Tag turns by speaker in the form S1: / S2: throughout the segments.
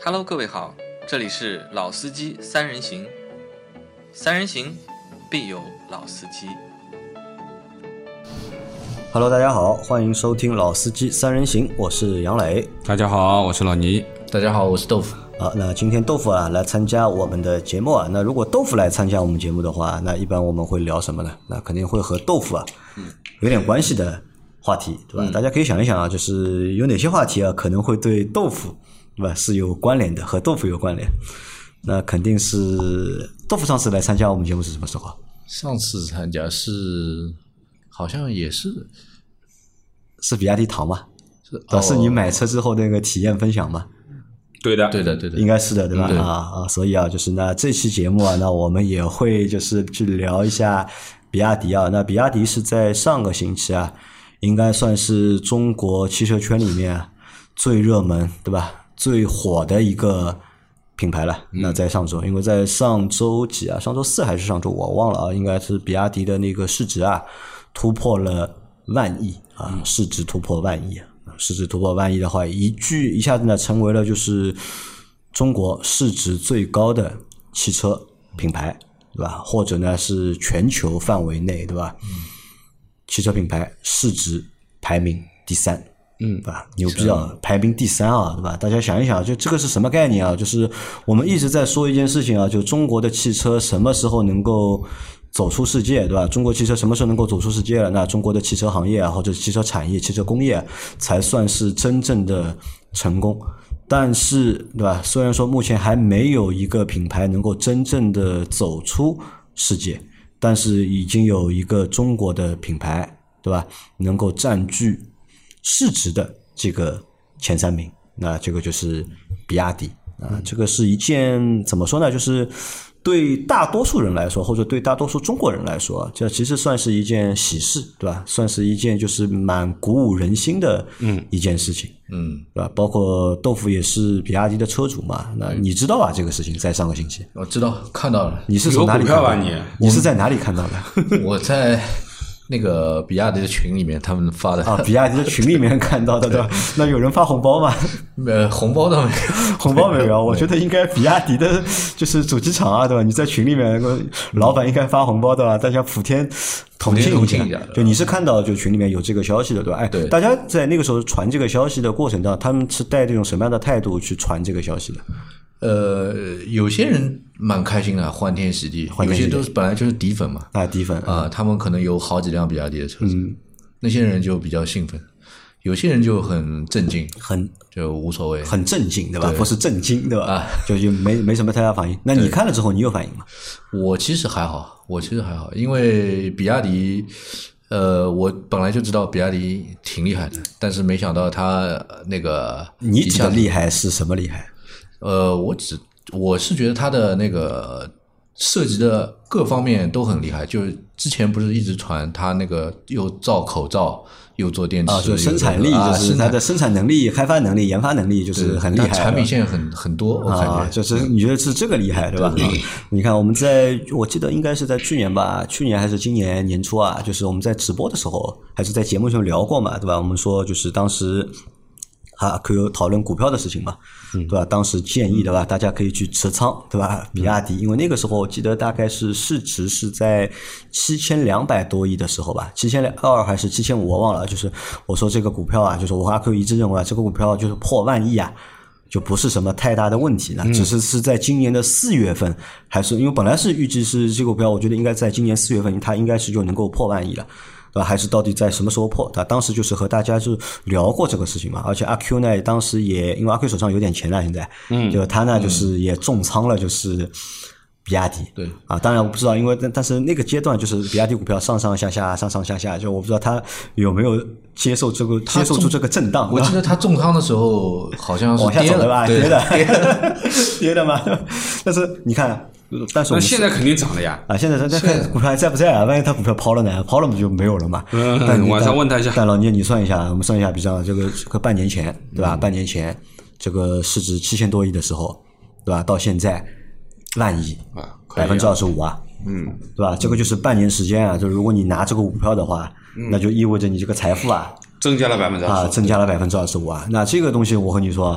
S1: Hello， 各位好，这里是老司机三人行，三人行必有老司机。
S2: Hello， 大家好，欢迎收听老司机三人行，我是杨磊。
S3: 大家好，我是老倪。
S4: 大家好，我是豆腐。
S2: 好，那今天豆腐来参加我们的节目啊。那如果豆腐来参加我们节目的话，那一般我们会聊什么呢？那肯定会和豆腐有点关系的话题，对吧？大家可以想一想啊，就是有哪些话题可能会对豆腐，对吧，是有关联的，和豆腐有关联。那肯定是豆腐上次来参加我们节目是什么时候？
S4: 上次参加好像也是
S2: 比亚迪唐嘛？是你买车之后那个体验分享吗？
S3: 对的，
S2: 应该是的，对吧？
S4: 对
S2: 所以就是那这期节目那我们也会就是去聊一下比亚迪那比亚迪是在上个星期应该算是中国汽车圈里面最热门，对吧？最火的一个品牌了。那在上周，因为在上周几上周四还是上周我忘了应该是比亚迪的那个市值突破了万亿市值突破万亿。市值突破万亿的话，一下子呢成为了就是中国市值最高的汽车品牌，对吧？或者呢是全球范围内，对吧？汽车品牌市值排名第3，对吧？牛逼排名第3对吧？大家想一想，就这个是什么概念就是我们一直在说一件事情就中国的汽车什么时候能够走出世界，对吧？中国汽车什么时候能够走出世界了？那中国的汽车行业或者汽车产业、汽车工业才算是真正的成功。但是，对吧？虽然说目前还没有一个品牌能够真正的走出世界，但是已经有一个中国的品牌，对吧？能够占据市值的这个前3名，那这个就是比亚迪这个是一件怎么说呢？就是对大多数人来说，或者对大多数中国人来说，这其实算是一件喜事，对吧？算是一件就是蛮鼓舞人心的一件事情，对吧？包括豆腐也是比亚迪的车主嘛，那你知道这个事情在上个星期？
S4: 我知道，看到了。
S2: 你是从哪里看到的？你是在哪里看到的？
S4: 我在那个比亚迪的群里面，他们发的
S2: 比亚迪的群里面看到的，对吧？那有人发红包吗？
S4: 红包倒没有，
S2: 红包没有。我觉得应该比亚迪的就是主机厂对吧？你在群里面，老板应该发红包的大家普天同庆一下。就你是看到就群里面有这个消息的，对吧？
S4: 对。
S2: 大家在那个时候传这个消息的过程当中，他们是带这种什么样的态度去传这个消息的？
S4: 有些人蛮开心的，欢天喜地；有些都是本来就是底粉嘛，
S2: 底粉
S4: 他们可能有好几辆比亚迪的车子，那些人就比较兴奋，有些人就很震惊，就无所谓，
S2: 很震惊，对吧？不是震惊，对吧？就没什么太大反应。那你看了之后，你有反应吗？
S4: 我其实还好，因为比亚迪，我本来就知道比亚迪挺厉害的，但是没想到他那个
S2: 你指的厉害是什么厉害？
S4: 我是觉得它的那个涉及的各方面都很厉害，就是之前不是一直传它那个又造口罩又做电池
S2: 就生产力就是它的生产能力、开发能力、研发能力就是很厉害，
S4: 产品线很多，我感觉
S2: 就是你觉得是这个厉害对吧？你看我记得应该是在去年吧，去年还是今年年初就是我们在直播的时候还是在节目上聊过嘛，对吧？我们说就是当时可以有讨论股票的事情嘛，对吧？当时建议对吧，大家可以去持仓，对吧？比亚迪，因为那个时候我记得大概是市值是在7200多亿的时候吧，7200还是7500我忘了。就是我说这个股票就是我和阿 Q 一致认为这个股票就是破万亿就不是什么太大的问题只是在今年的4月份，还是因为本来是预计是这个股票，我觉得应该在今年4月份它应该是就能够破万亿了。还是到底在什么时候破？他当时就是和大家就聊过这个事情嘛，而且阿 Q 呢，当时也因为阿 Q 手上有点钱了，现在，就他呢就是也重仓了，就是比亚迪，
S4: 对
S2: 当然我不知道，因为但是那个阶段就是比亚迪股票上上下下，就我不知道他有没有接受住这个震荡。
S4: 我记得他重仓的时候好像是
S2: 往下走的吧，跌的嘛。但是你看。但是
S3: 那现在肯定涨了呀！
S2: 现在看股票还在不在万一他股票抛了呢？抛了不就没有了嘛？
S3: 晚上问他一下。
S2: 但老聂，你算一下，我们算一下，比较这个半年前，对吧？半年前这个市值7000多亿的时候，对吧？到现在万亿，25%对吧？这个就是半年时间就如果你拿这个股票的话，那就意味着你这个财富
S3: 增加了25%
S2: 增加了25%那这个东西我和你说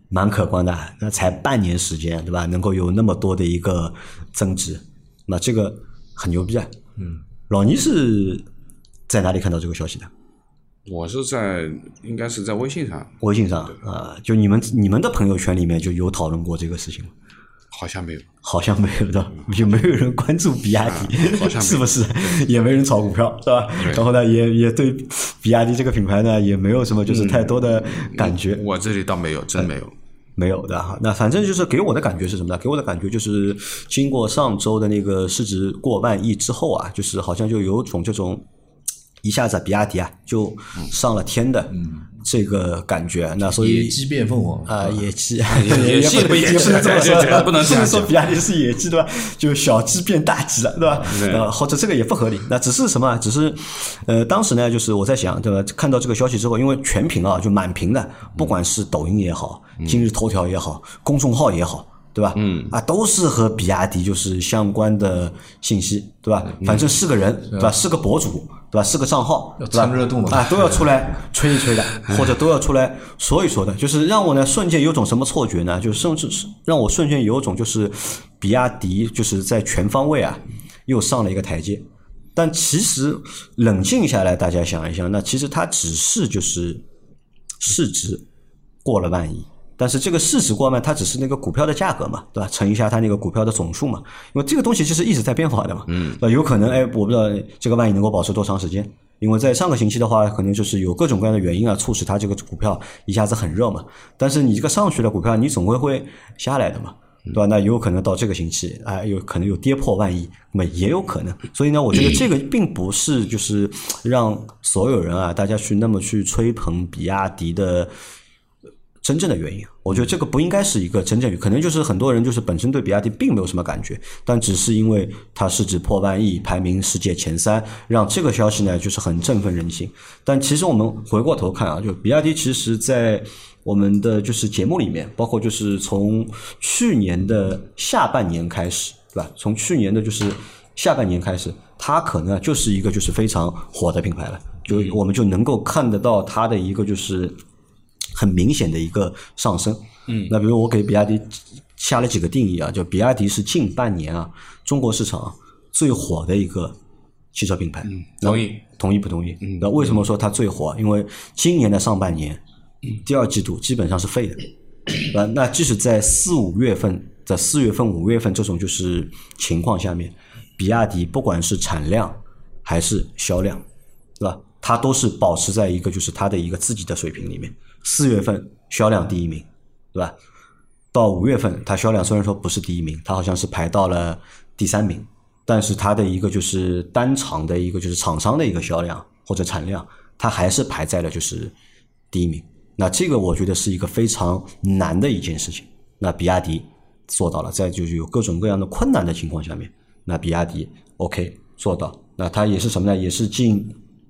S2: 蛮可观的，那才半年时间，对吧？能够有那么多的一个增值，那这个很牛逼啊。老倪是在哪里看到这个消息的？
S3: 我是应该是在微信上。
S2: 微信上就你们的朋友圈里面就有讨论过这个事情吗？
S3: 好像没有，
S2: 好像没有的，就没有人关注比亚迪，
S3: 好像
S2: 是不是？也没人炒股票，是吧？然后呢，也对比亚迪这个品牌呢，也没有什么就是太多的感觉。
S3: 我这里倒没有，真没有。
S2: 没有的哈，那反正就是给我的感觉是什么呢？给我的感觉就是经过上周的那个市值过万亿之后啊，就是好像就有种这种一下子比亚迪啊就上了天的这个感觉。那所以
S4: 野鸡变凤凰
S2: 野鸡
S3: 野鸡不野鸡，不能这样
S2: 说比亚迪是野鸡对吧？就小鸡变大鸡了对吧？或者这个也不合理。那只是什么？只是当时呢，就是我在想对吧？看到这个消息之后，因为全屏啊就满屏的，不管是抖音也好，今日头条也好，公众号也好。对吧？都是和比亚迪就是相关的信息，对吧？反正是个人，对吧？是个博主，对吧？是个账号，
S4: 要蹭热度嘛？
S2: 都要出来吹一吹的，或者都要出来说一说的，就是让我呢瞬间有种什么错觉呢？就是甚至是让我瞬间有种就是比亚迪就是在全方位啊又上了一个台阶。但其实冷静下来，大家想一想，那其实它只是就是市值过了万亿。但是这个市值过万，它只是那个股票的价格嘛，对吧？乘一下它那个股票的总数嘛，因为这个东西其实一直在变化的嘛，有可能我不知道这个万亿能够保持多长时间，因为在上个星期的话，可能就是有各种各样的原因啊，促使它这个股票一下子很热嘛。但是你这个上去的股票，你总归会下来的嘛，对吧？那有可能到这个星期有可能有跌破万亿，那么也有可能。所以呢，我觉得这个并不是就是让所有人啊，大家去那么去吹捧比亚迪的真正的原因。我觉得这个不应该是一个真正原因，可能就是很多人就是本身对比亚迪并没有什么感觉，但只是因为它市值破万亿，排名世界前3，让这个消息呢就是很振奋人心。但其实我们回过头看啊，就比亚迪其实在我们的就是节目里面，包括就是从去年的下半年开始，对吧？从去年的就是下半年开始，它可能就是一个就是非常火的品牌了，就我们就能够看得到它的一个就是很明显的一个上升。那比如我给比亚迪下了几个定义啊，就比亚迪是近半年啊中国市场最火的一个汽车品牌。同意不同意？那为什么说它最火？因为今年的上半年第2季度基本上是废的。那即使在4月份、5月份这种就是情况下面，比亚迪不管是产量还是销量，对吧？它都是保持在一个就是它的一个自己的水平里面。4月份销量第1名，对吧？到5月份它销量虽然说不是第1名，它好像是排到了第3名，但是它的一个就是单厂的一个就是厂商的一个销量或者产量，它还是排在了就是第1名。那这个我觉得是一个非常难的一件事情。那比亚迪做到了，在就是有各种各样的困难的情况下面，那比亚迪 OK 做到。那它也是什么呢？也是近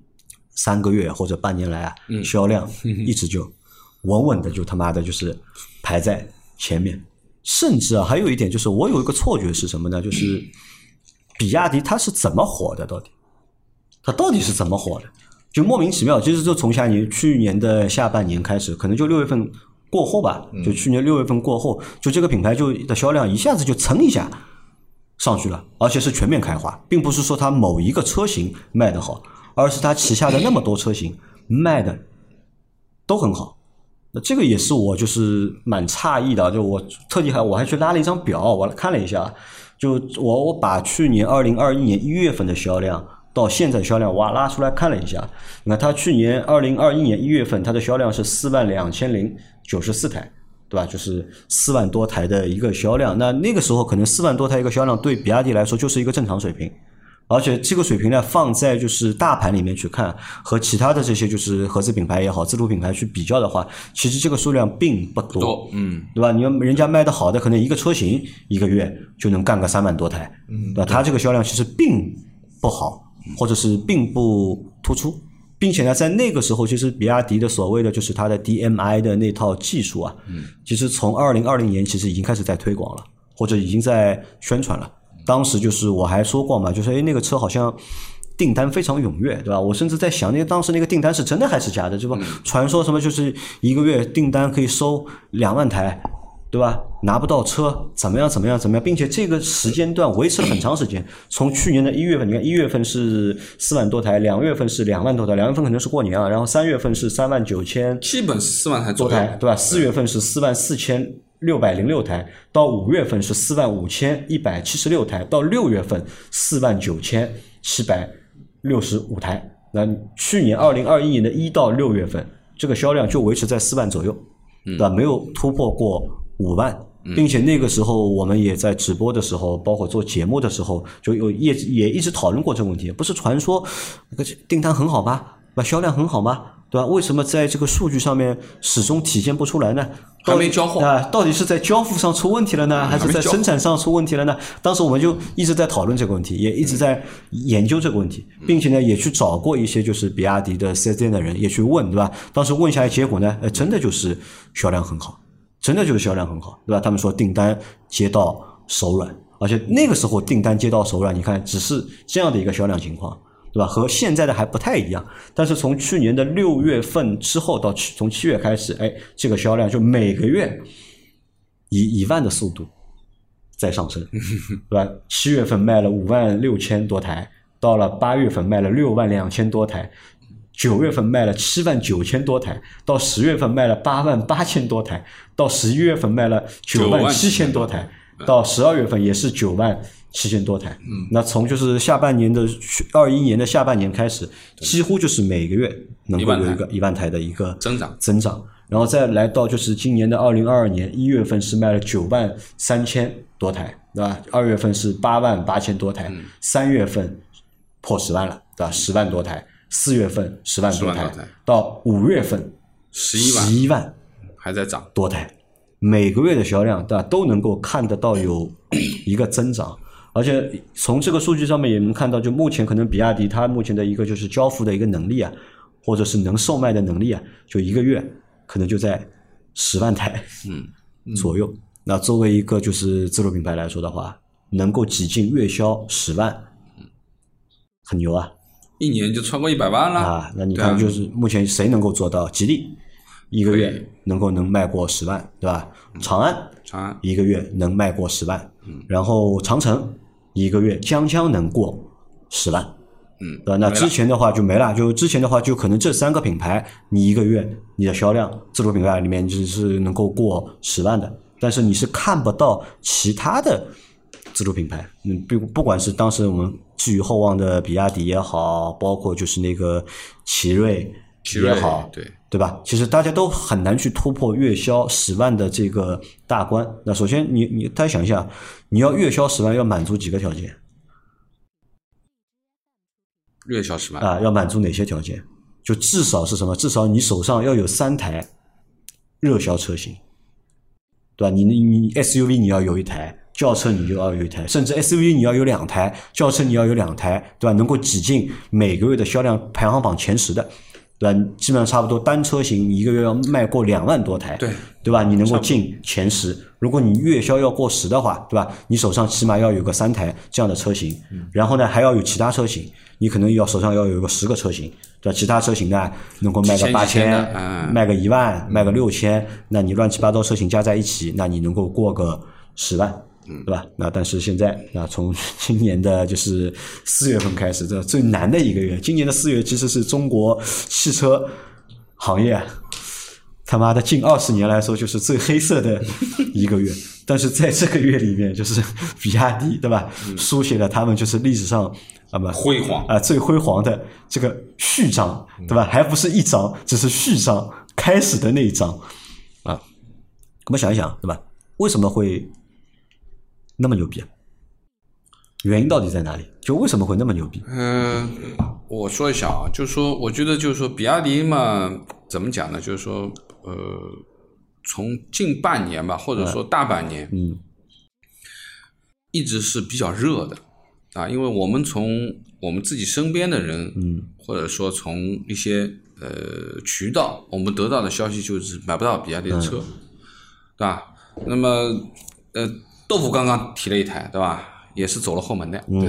S2: 3个月或者半年来销量一直就稳稳的就他妈的就是排在前面。甚至还有一点就是我有一个错觉是什么呢？就是比亚迪它是怎么火的？它到底是怎么火的？就莫名其妙，其实就从去年的下半年开始，可能就6月份过后吧，就去年6月份过后，就这个品牌的销量一下子就蹭一下上去了，而且是全面开花，并不是说它某一个车型卖得好，而是它旗下的那么多车型卖的都很好。那这个也是我就是蛮诧异的，就我特地我还去拉了一张表，我看了一下，就我把去年2021年1月份的销量到现在销量拉出来看了一下。你看它去年2021年1月份它的销量是42094台，对吧？就是4万多台的一个销量。那个时候可能4万多台一个销量对比亚迪来说就是一个正常水平，而且这个水平呢放在就是大盘里面去看，和其他的这些就是合资品牌也好自主品牌去比较的话，其实这个数量并不多，对吧？你要人家卖的好的可能一个车型一个月就能干个3万多台，对吧？它这个销量其实并不好，或者是并不突出。并且呢，在那个时候，其实比亚迪的所谓的就是它的 DMI 的那套技术啊，其实从2020年其实已经开始在推广了，或者已经在宣传了。当时就是我还说过嘛，就是那个车好像订单非常踊跃，对吧？我甚至在想，当时那个订单是真的还是假的，对吧？传说什么就是一个月订单可以收2万台，对吧？拿不到车，怎么样，并且这个时间段维持了很长时间。从去年的1月份，你看1月份是4万多台，2月份是2万多台，2月份可能是过年啊，然后3月份是3万9千，
S3: 基本是4万台
S2: 多台，对吧？4月份是4万4606台，到5月份是4万5176台，到6月份4万9765台。那去年2021年的1到6月份，这个销量就维持在4万左右，对吧？没有突破过5万。并且那个时候我们也在直播的时候，包括做节目的时候，就也一直讨论过这个问题。不是传说那个订单很好吗？销量很好吗？对吧？为什么在这个数据上面始终体现不出来呢？
S3: 还没交货
S2: 啊？到底是在交付上出问题了呢，还是在生产上出问题了呢？当时我们就一直在讨论这个问题，也一直在研究这个问题，并且呢，也去找过一些就是比亚迪的 4S 店的人，也去问，对吧？当时问下来，结果呢，真的就是销量很好。真的就是销量很好，对吧？他们说订单接到手软，而且那个时候订单接到手软，你看只是这样的一个销量情况，对吧？和现在的还不太一样。但是从去年的6月份之后到从7月开始，这个销量就每个月以1万的速度在上升，对吧？7月份卖了5万6千多台，到了8月份卖了6万2千多台。9月份卖了7万9千多台，到10月份卖了8万8千多台，到11月份卖了9万7千多台，到12月份也是9万7千多台。那从就是下半年的21年的下半年开始，几乎就是每个月能够有一个1万台的一个增长，然后再来到就是今年的2022年1月份是卖了9万3千多台，对吧？2月份是8万8千多台，3月份破10万了，对吧？10万多台。4月份10万多台，到5月份11万，
S3: 还在涨
S2: 多台，每个月的销量都能够看得到有一个增长，而且从这个数据上面也能看到，就目前可能比亚迪它目前的一个就是交付的一个能力啊，或者是能售卖的能力啊，就一个月可能就在10万台左右。那作为一个就是自主品牌来说的话，能够挤进月销10万，很牛啊。
S3: 1年就超过100万了
S2: 啊！那你看，就是目前谁能够做到？吉利一个月能卖过10万，对吧？长安一个月能卖过10万，然后长城一个月将能过10万，对吧？那之前的话就没了，就之前的话就可能这3个品牌，你一个月你的销量，自主品牌里面就是能够过10万的，但是你是看不到其他的自主品牌，不管是当时我们寄予厚望的比亚迪也好，包括就是那个奇瑞也好，对吧？其实大家都很难去突破月销10万的这个大关。那首先大家想一下，你要月销10万要满足几个条件？
S3: 月销10万
S2: 啊，要满足哪些条件？就至少是什么？至少你手上要有3台热销车型，对吧？你 SUV 你要有1台。轿车你就要有1台，甚至 SUV 你要有2台，轿车你要有2台，对吧？能够挤进每个月的销量排行榜前10的，对吧？基本上差不多单车型一个月要卖过2万多台，对吧？你能够进前10，如果你月销要过10的话，对吧？你手上起码要有个3台这样的车型，然后呢还要有其他车型，你可能手上要有个10个车型，对吧？其他车型呢能够卖个8000，卖个1万，卖个6000，那你乱七八糟车型加在一起，那你能够过个10万。对吧？那但是现在，那从今年的就是4月份开始，这最难的一个月。今年的4月其实是中国汽车行业他妈的近20年来说就是最黑色的一个月。但是在这个月里面，就是比亚迪，对吧？书写了他们就是历史上
S3: 辉煌
S2: 最辉煌的这个序章，对吧？还不是一章，只是序章开始的那一章啊。我们想一想，对吧？为什么会那么牛逼？原因到底在哪里？就为什么会那么牛逼？
S3: 我说一下啊，就是说，我觉得就是说，比亚迪嘛，怎么讲呢？就是说，从近半年吧，或者说大半年，一直是比较热的啊，因为我们从我们自己身边的人，或者说从一些渠道，我们得到的消息就是买不到比亚迪的车，对吧？那么豆腐刚刚提了1台，对吧？也是走了后门的。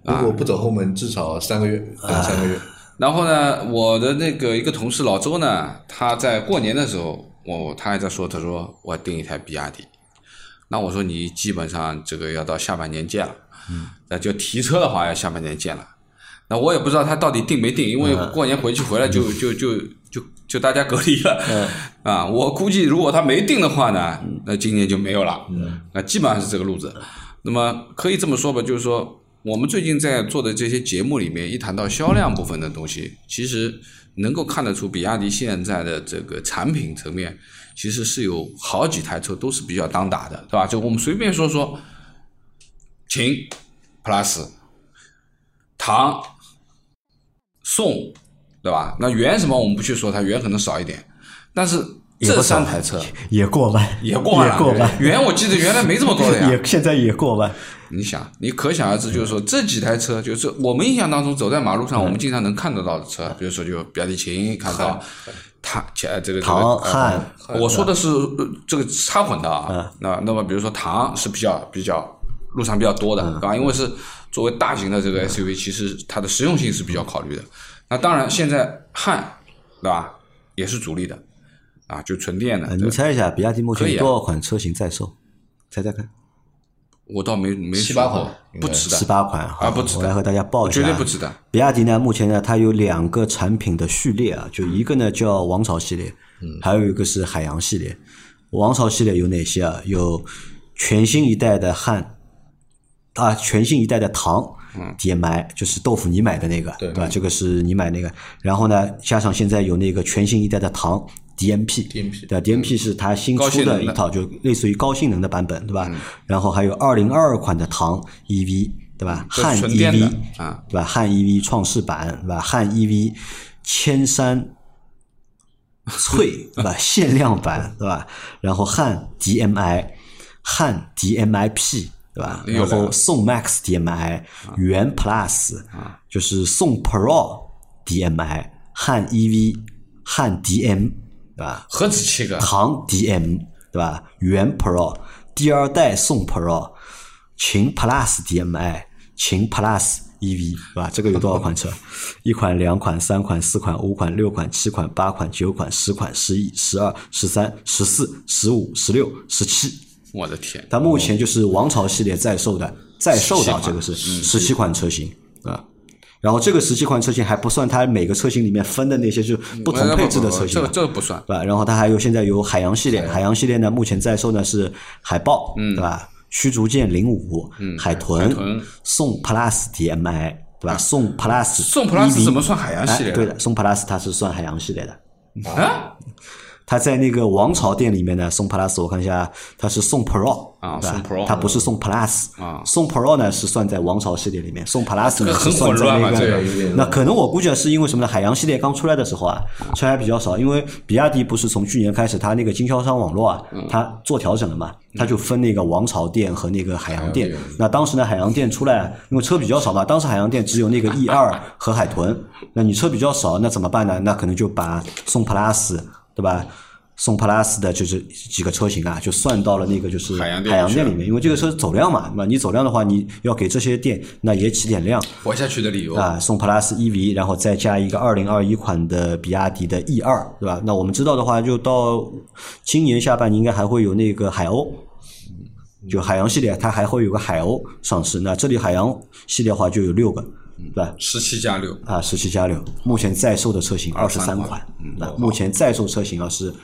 S4: 如果不走后门，至少3个月，等3个月。
S3: 然后呢，我的那个一个同事老周呢，他在过年的时候，他还在说，他说我订一台比亚迪。那我说你基本上这个要到下半年见了，那就提车的话要下半年见了。那我也不知道他到底订没订，因为过年回来就大家隔离了，啊，我估计如果他没订的话呢，那今年就没有了，那基本上是这个路子。那么可以这么说吧，就是说我们最近在做的这些节目里面，一谈到销量部分的东西，其实能够看得出比亚迪现在的这个产品层面，其实是有好几台车都是比较当打的，对吧？就我们随便说秦 Plus 唐宋，对吧？那元什么我们不去说，它元可能少一点，但是这3台车
S2: 也过万，
S3: 也过万，元我记得原来没这么多的呀，
S2: 现在也过万。
S3: 你想，你可想而知，就是说这几台车，就是我们印象当中走在马路上，我们经常能看得到的车，比如说就比亚迪秦，看到这个
S2: 唐汉，
S3: 我说的是这个插混的啊。那么比如说唐是比较路上比较多的，对吧？因为是作为大型的这个 SUV， 其实它的实用性是比较考虑的。那当然，现在汉，对吧，也是主力的啊，就纯电的。
S2: 你猜一下，比亚迪目前多少款车型在售？猜猜看。
S3: 我倒没
S4: 7、8款，
S3: 不止的
S2: 7、8款
S3: 啊，不止的。
S2: 我来和大家报一下，
S3: 绝对不止的。
S2: 比亚迪呢，目前呢，它有2个产品的序列啊，就一个呢叫王朝系列，还有一个是海洋系列。王朝系列有哪些啊？有全新一代的汉啊，全新一代的唐DMI，就是豆腐你买的那个，对吧？这个是你买那个。然后呢，加上现在有那个全新一代的唐。DMP 对吧 ？DMP 是它新出的一套，就类似于高性能的版本，对吧？然后还有2022款的唐 EV， 对吧？汉 EV 对吧？汉 EV 创世版，对吧？汉 EV 千山翠，对吧？限量版，对吧？然后汉 DMI， 汉 DMI-P， 对吧？然后宋 Max DMI， 元 Plus， 就是宋 Pro DMI， 汉 EV， 汉 DM。对吧？
S3: 何止7个？
S2: 唐 DM 对吧？元 Pro 第2代宋 Pro， 秦 Plus DMI， 秦 Plus EV 对吧？这个有多少款车？1款、2款、3款、4款、5款、6款、7款、8款、9款、10款、11、12、13、14、15、16、17。
S3: 我的天！
S2: 它目前就是王朝系列在售的这个是17款车型啊。然后这个17款车型还不算它每个车型里面分的那些就不同配置的车型，
S3: 这个不算，
S2: 对吧？然后它现在有海洋系列，海洋系列呢目前在售呢是海豹，对吧？驱逐舰05，海豚，宋 Plus DMI， 对吧？宋 Plus
S3: 怎么算海洋系列？
S2: 对的，宋 Plus 它是算海洋系列的啊。它在那个王朝店里面呢，宋 Plus 我看一下，它是宋 Pro
S3: 啊，宋 Pro，
S2: 它不是宋 Plus
S3: 啊，
S2: 宋 Pro 呢是算在王朝系列里面，宋 Plus 呢
S3: 很
S2: 是算在那个。
S3: 那
S2: 可能我估计是因为什么呢？海洋系列刚出来的时候啊，车还比较少，因为比亚迪不是从去年开始，它那个经销商网络啊，它做调整了嘛，它就分那个王朝店和那个海洋店。那当时呢，海洋店出来，因为车比较少嘛，当时海洋店只有那个 E2 和海豚，那你车比较少，那怎么办呢？那可能就把宋 Plus 对吧？宋 Plus 的就是几个车型啊，就算到了那个就是海洋店里面，因为这个车走量嘛，那你走量的话，你要给这些店那也起点量，
S3: 活下去的理由
S2: 啊。宋 Plus EV， 然后再加一个2021款的比亚迪的 E2， 对吧？那我们知道的话，就到今年下半年应该还会有那个海鸥，就海洋系列，它还会有个海鸥上市。那这里海洋系列的话就有6个。对吧
S3: ？17+6
S2: 啊，17+6，目前在售的车型23款，目前在售车型是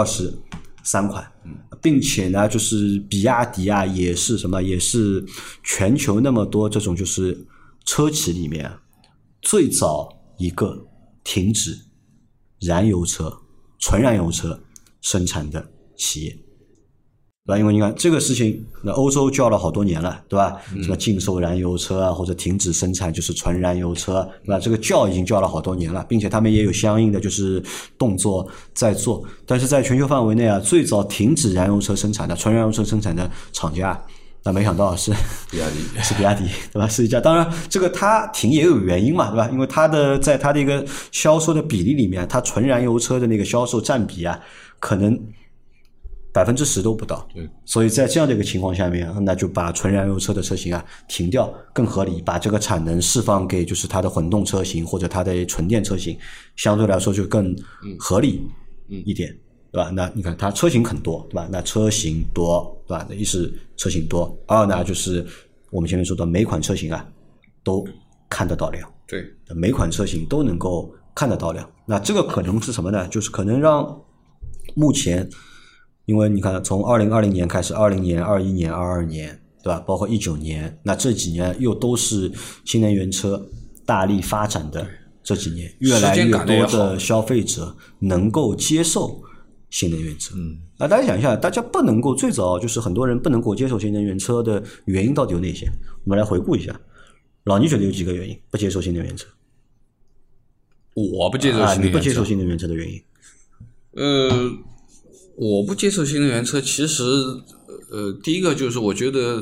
S2: 23款，并且呢，就是比亚迪啊，也是什么，也是全球那么多这种就是车企里面最早一个停止燃油车、纯燃油车生产的企业。对吧？因为你看这个事情，那欧洲叫了好多年了，对吧？什么禁售燃油车啊，或者停止生产就是纯燃油车，对吧？这个叫已经叫了好多年了，并且他们也有相应的就是动作在做。但是在全球范围内啊，最早停止燃油车生产的纯燃油车生产的厂家，那没想到是
S4: 比亚迪，
S2: 是比亚迪，对吧？是一家。当然，这个它停也有原因嘛，对吧？因为在它的一个销售的比例里面，它纯燃油车的那个销售占比啊，可能 10%都不到。所以在这样的一个情况下面，那就把纯燃油车的车型啊停掉更合理，把这个产能释放给就是它的混动车型或者它的纯电车型，相对来说就更合理一点，对吧？那你看它车型很多，对吧？那车型多，对吧？那一是车型多，二呢就是我们前面说的每款车型啊都看得到量，
S3: 对，
S2: 每款车型都能够看得到量。那这个可能是什么呢？就是可能让目前，因为你看从2020年开始，20年、21年、22年，对吧？包括19年，那这几年又都是新能源车大力发展的这几年，越来越多的消费者能够接受新能源车。那大家想一下，大家不能够最早就是很多人不能够接受新能源车的原因到底有哪些？我们来回顾一下。老倪觉得有几个原因不接受新能源车？
S3: 我不接受新能源车，
S2: 你不接受新能源车的原因？
S3: 我不接受新能源车，其实第一个就是我觉得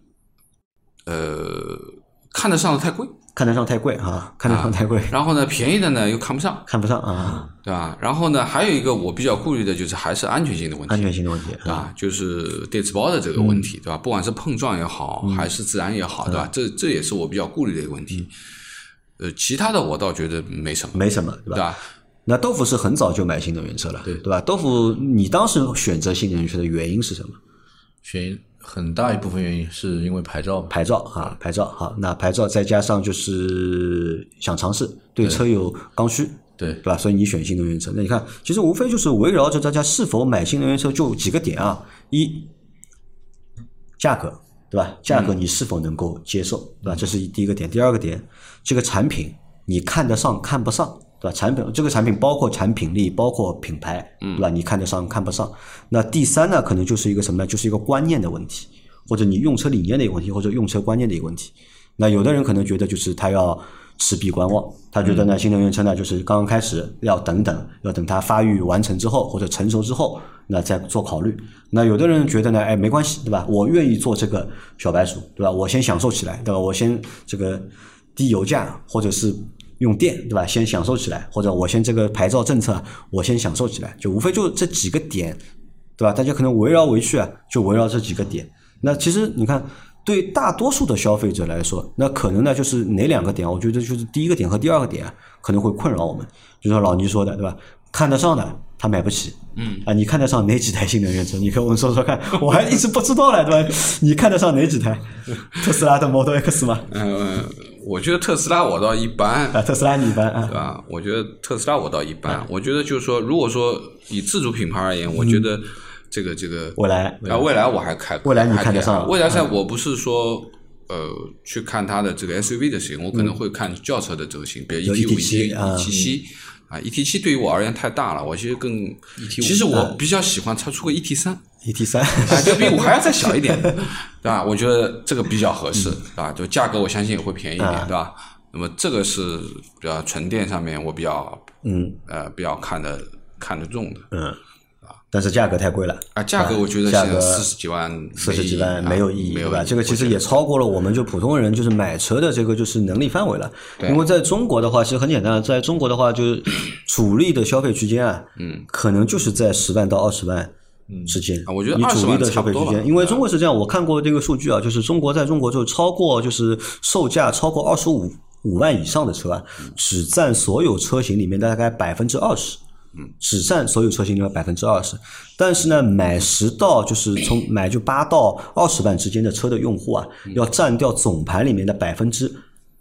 S3: 看得上的太贵，
S2: 看得上太贵啊，看得上太贵。
S3: 然后呢，便宜的呢又看不上，
S2: 看不上啊，
S3: 对吧？然后呢，还有一个我比较顾虑的就是还是安全性的问题，
S2: 安全性的问题，
S3: 对吧？就是电磁包的这个问题，对吧？不管是碰撞也好，还是自燃也好，对吧？这也是我比较顾虑的一个问题。其他的我倒觉得没什么，对吧？
S2: 那豆腐是很早就买新能源车了，对吧？豆腐，你当时选择新能源车的原因是什么？
S4: 选很大一部分原因是因为牌照好，那牌照再加上就是想尝试，对车有刚需，对吧？所以你选新能源车。那你看，其实无非就是围绕着大家是否买新能源车就几个点啊：一，价格，对吧？价格你是否能够接受，对吧？这是第一个点。第二个点，这个产品你看得上看不上，对吧？这个产品包括产品力，包括品牌，对吧？你看得上看不上。那第三呢，可能就是一个什么呢？就是一个观念的问题，或者你用车理念的一个问题，或者用车观念的一个问题。那有的人可能觉得就是他要持币观望，他觉得呢新能源车呢就是刚刚开始要等它发育完成之后或者成熟之后，那再做考虑。那有的人觉得呢，没关系，对吧？我愿意做这个小白鼠，对吧？我先享受起来，对吧？我先这个低油价或者是用电，对吧？先享受起来，或者我先这个牌照政策我先享受起来，就无非就这几个点，对吧？大家可能围绕回去啊，就围绕这几个点。那其实你看，对大多数的消费者来说，那可能呢就是哪两个点？我觉得就是第一个点和第二个点啊，可能会困扰我们。就像老倪说的，对吧？看得上的他买不起，你看得上哪几台新能源车？你跟我们说说看，我还一直不知道嘞，对吧？你看得上哪几台？特斯拉的 Model X 吗？
S3: 我觉得特斯拉我倒一般
S2: 特斯拉你一般啊，
S3: 对吧？我觉得特斯拉我倒一般，我觉得就是说，如果说以自主品牌而言，我觉得这个
S2: 未来
S3: 我还看，
S2: 未来你看得上？
S3: 未来赛我不是说去看它的这个 SUV 的型，我可能会看轿车的这个型，比如 ET5、ET7啊 ，ET7 对于我而言太大了，我其实其实我比较喜欢它出个 ET3，就比我还要再小一点，对吧？我觉得这个比较合适，对吧？就价格我相信也会便宜一点，对吧？那么这个是比较纯电上面我比较看得重的，
S2: 但是价格太贵了
S3: 啊！价格我觉得现在40几万
S2: 没有意义，对吧？这个其实也超过了我们就普通人就是买车的这个就是能力范围了。因为在中国的话，其实很简单，在中国的话，就是主力的消费区间啊，可能就是在10万到20万之间。
S3: 我觉得
S2: 你主力的消费区间，因为中国是这样，我看过这个数据啊，就是在中国就超过就是售价超过25万以上的车啊，只占所有车型里面大概20%。只占所有车型里面20%，但是呢，买10到就是从买就8到20万之间的车的用户啊，要占掉总盘里面的85%。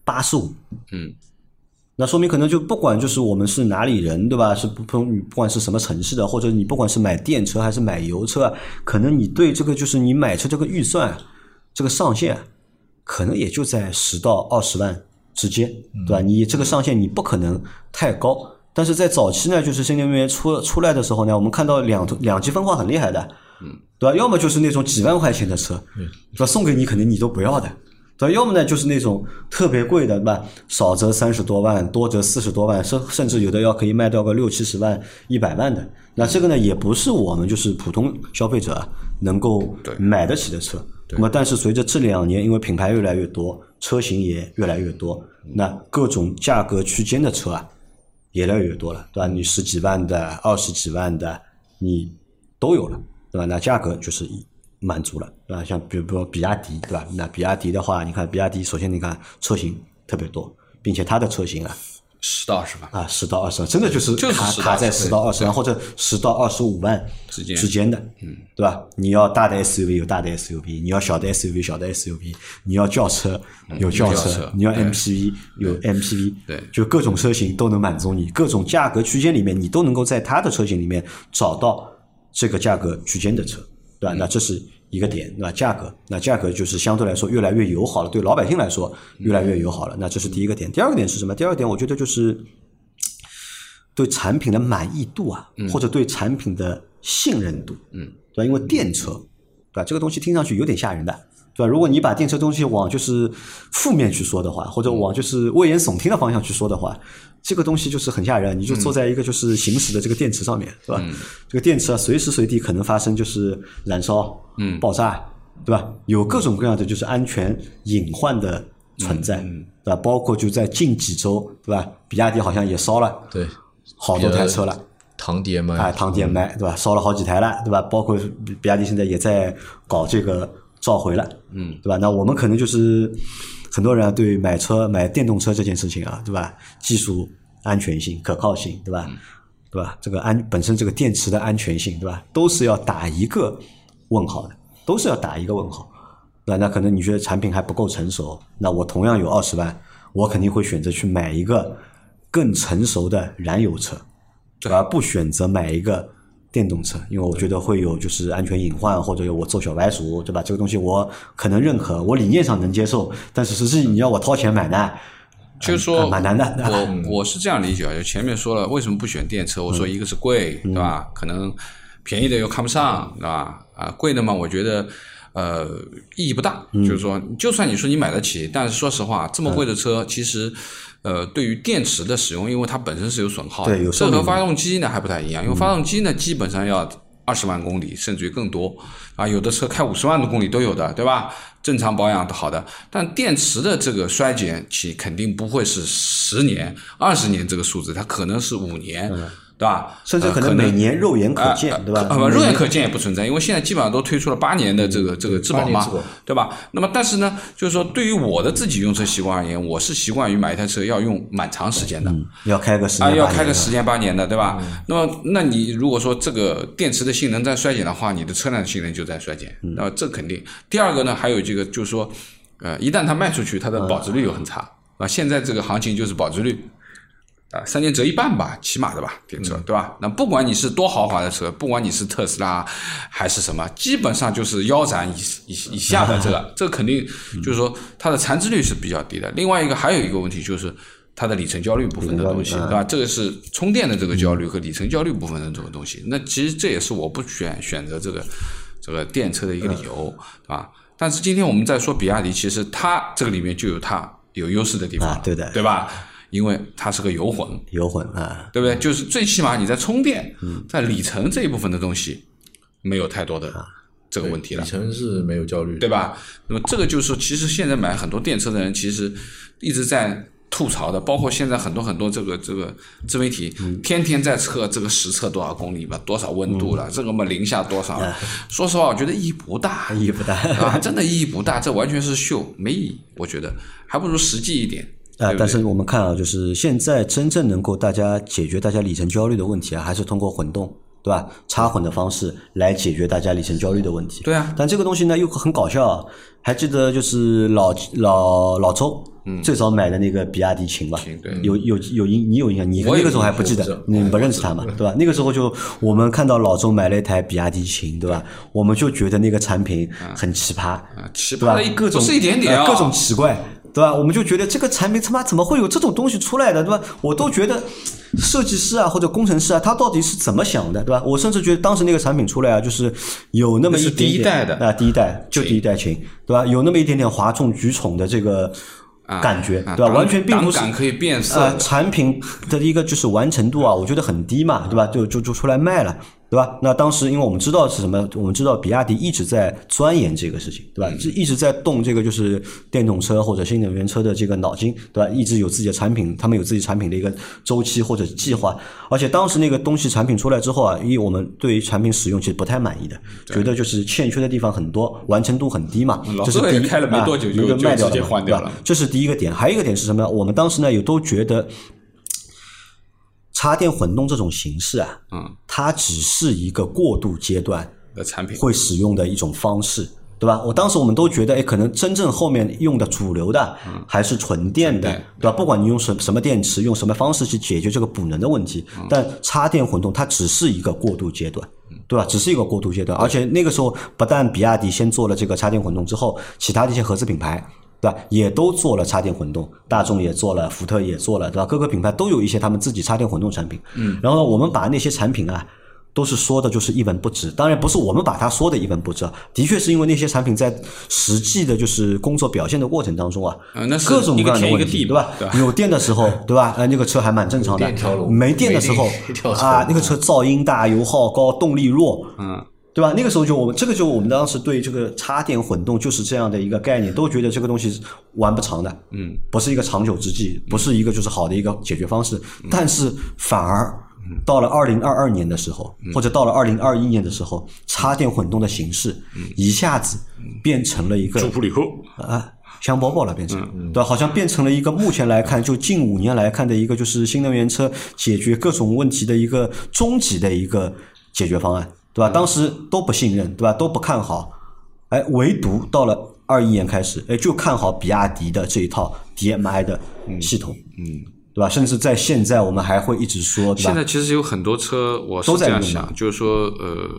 S2: 那说明可能就不管就是我们是哪里人，对吧？是不管是什么城市的，或者你不管是买电车还是买油车啊，可能你对这个就是你买车这个预算这个上限，可能也就在10到20万之间，对吧？你这个上限你不可能太高。但是在早期呢，就是新能源出来的时候呢，我们看到两极分化很厉害的，对吧？要么就是那种几万块钱的车，对吧？送给你可能你都不要的，对吧？要么呢就是那种特别贵的，对吧？少则30多万，多则40多万，甚至有的可以卖到个60、70万、100万的。那这个呢，也不是我们就是普通消费者能够买得起的车。那么，但是随着这2年，因为品牌越来越多，车型也越来越多，那各种价格区间的车啊，也越来越多了，对吧？你10几万的、20几万的，你都有了， 对吧？那价格就是满足了，对吧？像比如说比亚迪，对吧？那比亚迪的话，你看比亚迪，首先你看车型特别多，并且它的车型啊
S3: 10到20万
S2: 啊，10到20万，真的就是卡在10到20万或者10到25万之间的，对吧？你要大的 SUV 有大的 SUV， 你要小的 SUV 小的 SUV， 你要轿车有轿车，你要 MPV 有 MPV，
S3: 对，
S2: 就各种车型都能满足你，各种价格区间里面你都能够在它的车型里面找到这个价格区间的车，对吧？那这是一个点，那价格就是相对来说越来越友好了，对老百姓来说越来越友好了，那这是第一个点。第二个点是什么？第二个点我觉得就是对产品的满意度啊，或者对产品的信任度，对吧？因为电车，对吧？这个东西听上去有点吓人的，对吧？如果你把电车东西往就是负面去说的话，或者往就是危言耸听的方向去说的话，这个东西就是很吓人。你就坐在一个就是行驶的这个电池上面，对吧？这个电池啊，随时随地可能发生就是燃烧、爆炸，对吧？有各种各样的就是安全隐患的存在，对吧？包括就在近几周，对吧？比亚迪好像也烧了，
S4: 对，
S2: 好多台车了。
S4: 唐 DMI，
S2: 唐 DMI， 对吧？烧了好几台了，对吧？包括比亚迪现在也在搞这个召回了，对吧？那我们可能就是很多人啊，对买电动车这件事情啊，对吧？技术安全性、可靠性，对吧？对吧？这个本身这个电池的安全性，对吧？都是要打一个问号的，都是要打一个问号，对吧？那可能你觉得产品还不够成熟，那我同样有20万，我肯定会选择去买一个更成熟的燃油车。而不选择买一个电动车，因为我觉得会有就是安全隐患，或者有我做小白鼠，对吧？这个东西我可能认可，我理念上能接受，但是实际你要我掏钱买呢，
S3: 就是说
S2: 蛮难的。
S3: 我是这样理解啊，就前面说了为什么不选电车，我说一个是贵，对吧？可能便宜的又看不上，对吧？贵的嘛，我觉得意义不大，就是说就算你说你买得起，但是说实话，这么贵的车其实。对于电池的使用，因为它本身是有损耗的，
S2: 对，
S3: 这和发动机呢还不太一样，因为发动机呢基本上要20万公里，甚至于更多啊，有的车开50万多公里都有的，对吧？正常保养的好的，但电池的这个衰减期肯定不会是10年、20年这个数字，它可能是5年。对吧？
S2: 甚至可能每年肉眼可见，对吧？
S3: 肉眼可见也不存在，因为现在基本上都推出了8年的这个质保嘛，对吧？那么但是呢，就是说对于我的自己用车习惯而言，我是习惯于买一台车要用蛮长时间的，
S2: 要开个10年，
S3: 要开个10年8年的，对吧？那你如果说这个电池的性能在衰减的话，你的车辆的性能就在衰减，那这肯定。第二个呢，还有这个就是说，一旦它卖出去，它的保值率又很差啊。现在这个行情就是保值率。3年折一半吧，起码的吧，电车，对吧？那不管你是多豪华的车，不管你是特斯拉还是什么，基本上就是腰斩以下的这个肯定就是说它的残值率是比较低的。另外一个还有一个问题就是它的里程焦虑部分的东西，对吧？这个是充电的这个焦虑和里程焦虑部分的这个东西。那其实这也是我不选择这个电车的一个理由，对吧？但是今天我们在说比亚迪，其实它这个里面就有它有优势的地方，
S2: 对的，
S3: 对吧？因为它是个油混
S2: 啊，
S3: 对不对？就是最起码你在充电，在里程这一部分的东西没有太多的这个问题了。
S4: 里程是没有焦虑，
S3: 对吧？那么这个就是说，其实现在买很多电车的人其实一直在吐槽的，包括现在很多这个自媒体天天在测这个实测多少公里吧，多少温度了，这个嘛零下多少。说实话，我觉得意义不大，啊，真的意义不大，这完全是秀，没意义。我觉得还不如实际一点。
S2: 但是我们看啊，就是现在真正能够解决大家里程焦虑的问题啊，还是通过混动，对吧？插混的方式来解决大家里程焦虑的问题。
S3: 对啊。
S2: 但这个东西呢又很搞笑啊，还记得就是老周最早买的那个比亚迪秦吧？有你有印象？你那个时候还不记得，你不认识他嘛，对吧？那个时候就我们看到老周买了一台比亚迪秦，对吧？我们就觉得那个产品很奇葩，对吧？各种
S3: 不是一点点
S2: 各种奇怪。对吧？我们就觉得这个产品他妈怎么会有这种东西出来的，对吧？我都觉得设计师啊或者工程师啊，他到底是怎么想的，对吧？我甚至觉得当时那个产品出来啊，就是有那么一点点，
S3: 第一代的
S2: 第一代就第一代秦，对吧？有那么一点点哗众取宠的这个感觉，对吧？完全并不是
S3: 可以变色
S2: 产品的一个就是完成度啊，我觉得很低嘛，对吧？就出来卖了。 对吧？那当时因为我们知道是什么，我们知道比亚迪一直在钻研这个事情，对吧？一直在动这个就是电动车或者新能源车的这个脑筋，对吧？一直有自己的产品，他们有自己产品的一个周期或者计划。而且当时那个东西产品出来之后啊，因为我们对于产品使用其实不太满意的，觉得就是欠缺的地方很多，完成度很低嘛。这是第一，
S3: 开了没多久就
S2: 卖掉
S3: 直接换掉了。
S2: 这是第一个点。还有一个点是什么？我们当时呢也都觉得。插电混动这种形式啊，它只是一个过渡阶段
S3: 的产品
S2: 会使用的一种方式，对吧？当时我们都觉得，可能真正后面用的主流的还是纯电的，对吧？不管你用什么电池，用什么方式去解决这个补能的问题，但插电混动它只是一个过渡阶段，对吧？只是一个过渡阶段，而且那个时候不但比亚迪先做了这个插电混动之后，其他的一些合资品牌。对吧？也都做了插电混动，大众也做了，福特也做了，对吧？各个品牌都有一些他们自己插电混动产品。然后我们把那些产品啊，都是说的就是一文不值。当然不是我们把它说的一文不值，的确是因为那些产品在实际的就是工作表现的过程当中啊，各种各样的问题，对吧？有电的时候，对吧？那个车还蛮正常的。没电的时候啊，那个车噪音大、油耗高、动力弱。对吧？那个时候我们当时对这个插电混动就是这样的一个概念，都觉得这个东西玩不长的，不是一个长久之计，不是一个就是好的一个解决方式。但是反而到了2022年的时候，或者到了2021年的时候，插电混动的形式一下子变成了一个
S3: 朱普里克
S2: 香饽饽了，变成对吧？好像变成了一个目前来看，就近5年来看的一个就是新能源车解决各种问题的一个终极的一个解决方案。对吧？当时都不信任，对吧？都不看好，唯独到了21年开始，就看好比亚迪的这一套 DMI 的系统，对吧？甚至在现在我们还会一直说，对吧？
S3: 现在其实有很多车，我是这样想，就是说，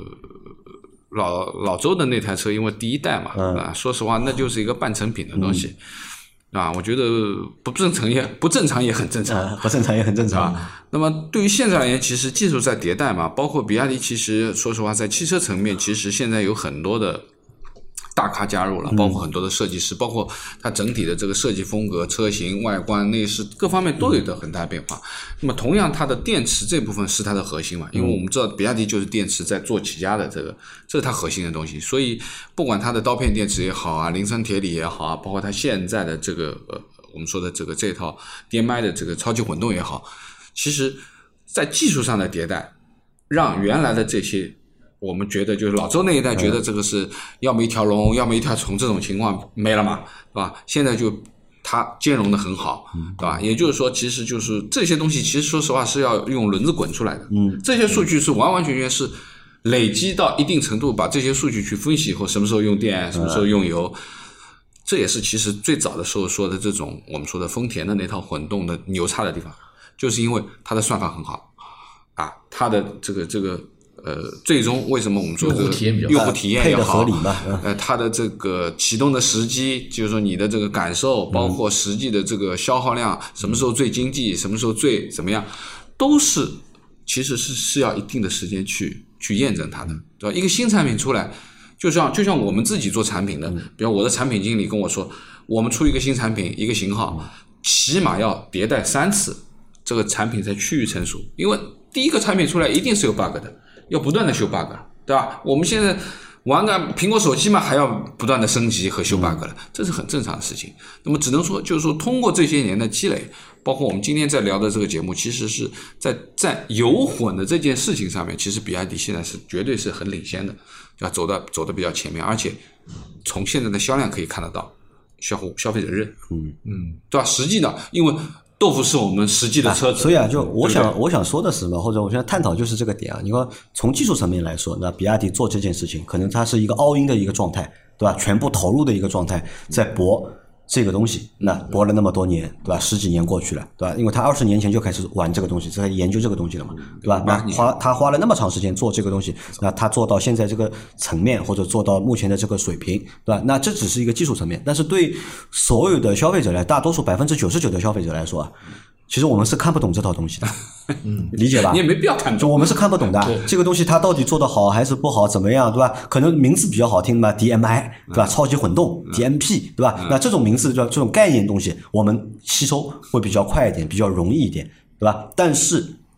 S3: 老周的那台车，因为第一代嘛，说实话，那就是一个半成品的东西。我觉得不正常也很正常，
S2: 不正常也很正常。
S3: 那么对于现在而言，其实技术在迭代嘛，包括比亚迪，其实说实话，在汽车层面，其实现在有很多的大咖加入了，包括很多的设计师，包括它整体的这个设计风格、车型、外观、内饰各方面都有的很大变化。那么同样，它的电池这部分是它的核心嘛，因为我们知道比亚迪就是电池在做起家的，这是它核心的东西。所以不管它的刀片电池也好啊，磷酸铁锂也好啊，包括它现在的这个我们说的这套 DMI 的这个超级混动也好，其实在技术上的迭代，让原来的这些我们觉得就是老周那一代觉得这个是要么一条龙要么一条虫这种情况没了嘛，对吧？现在就它兼容的很好，对吧？也就是说，其实就是这些东西，其实说实话是要用轮子滚出来的。这些数据是完完全全是累积到一定程度，把这些数据去分析以后，什么时候用电，什么时候用油，这也是其实最早的时候说的这种我们说的丰田的那套混动的牛叉的地方，就是因为它的算法很好啊，它的这个最终为什么我们说这个用户体验也好，它的这个启动的时机，就是说你的这个感受，包括实际的这个消耗量，什么时候最经济，什么时候最怎么样，都是其实是要一定的时间去验证它的，对吧？一个新产品出来，就像我们自己做产品的，比如我的产品经理跟我说，我们出一个新产品一个型号，起码要迭代3次，这个产品才趋于成熟，因为第一个产品出来一定是有 bug 的。要不断的修 bug， 对吧？我们现在玩个苹果手机嘛，还要不断的升级和修 bug 了，这是很正常的事情。那么只能说，就是说通过这些年的积累，包括我们今天在聊的这个节目，其实是在油混的这件事情上面，其实比亚迪现在是绝对是很领先的，要走的比较前面，而且从现在的销量可以看得到，消费者认，对吧？实际呢，因为豆腐是我们实际的车子，
S2: 所以啊，就我想说的是什么，或者我想探讨就是这个点啊。你说从技术层面来说，那比亚迪做这件事情，可能它是一个 all in 的一个状态，对吧？全部投入的一个状态，在搏这个东西，那搏了那么多年，对吧？10几年过去了，对吧？因为他20年前就开始玩这个东西，在研究这个东西了嘛，对吧？那他花了那么长时间做这个东西，那他做到现在这个层面，或者做到目前的这个水平，对吧？那这只是一个技术层面，但是对所有的消费者来，大多数99%的消费者来说啊，其实我们是看不懂这套东西的，理解吧？
S3: 你也没必要看懂，
S2: 我们是看不懂的。这个东西它到底做得好还是不好，怎么样，对吧？可能名字比较好听嘛 ，DMI， 对吧？超级混动 ，DMP， 对吧？那这种名字这种概念东西，我们吸收会比较快一点，比较容易一点，对吧？但是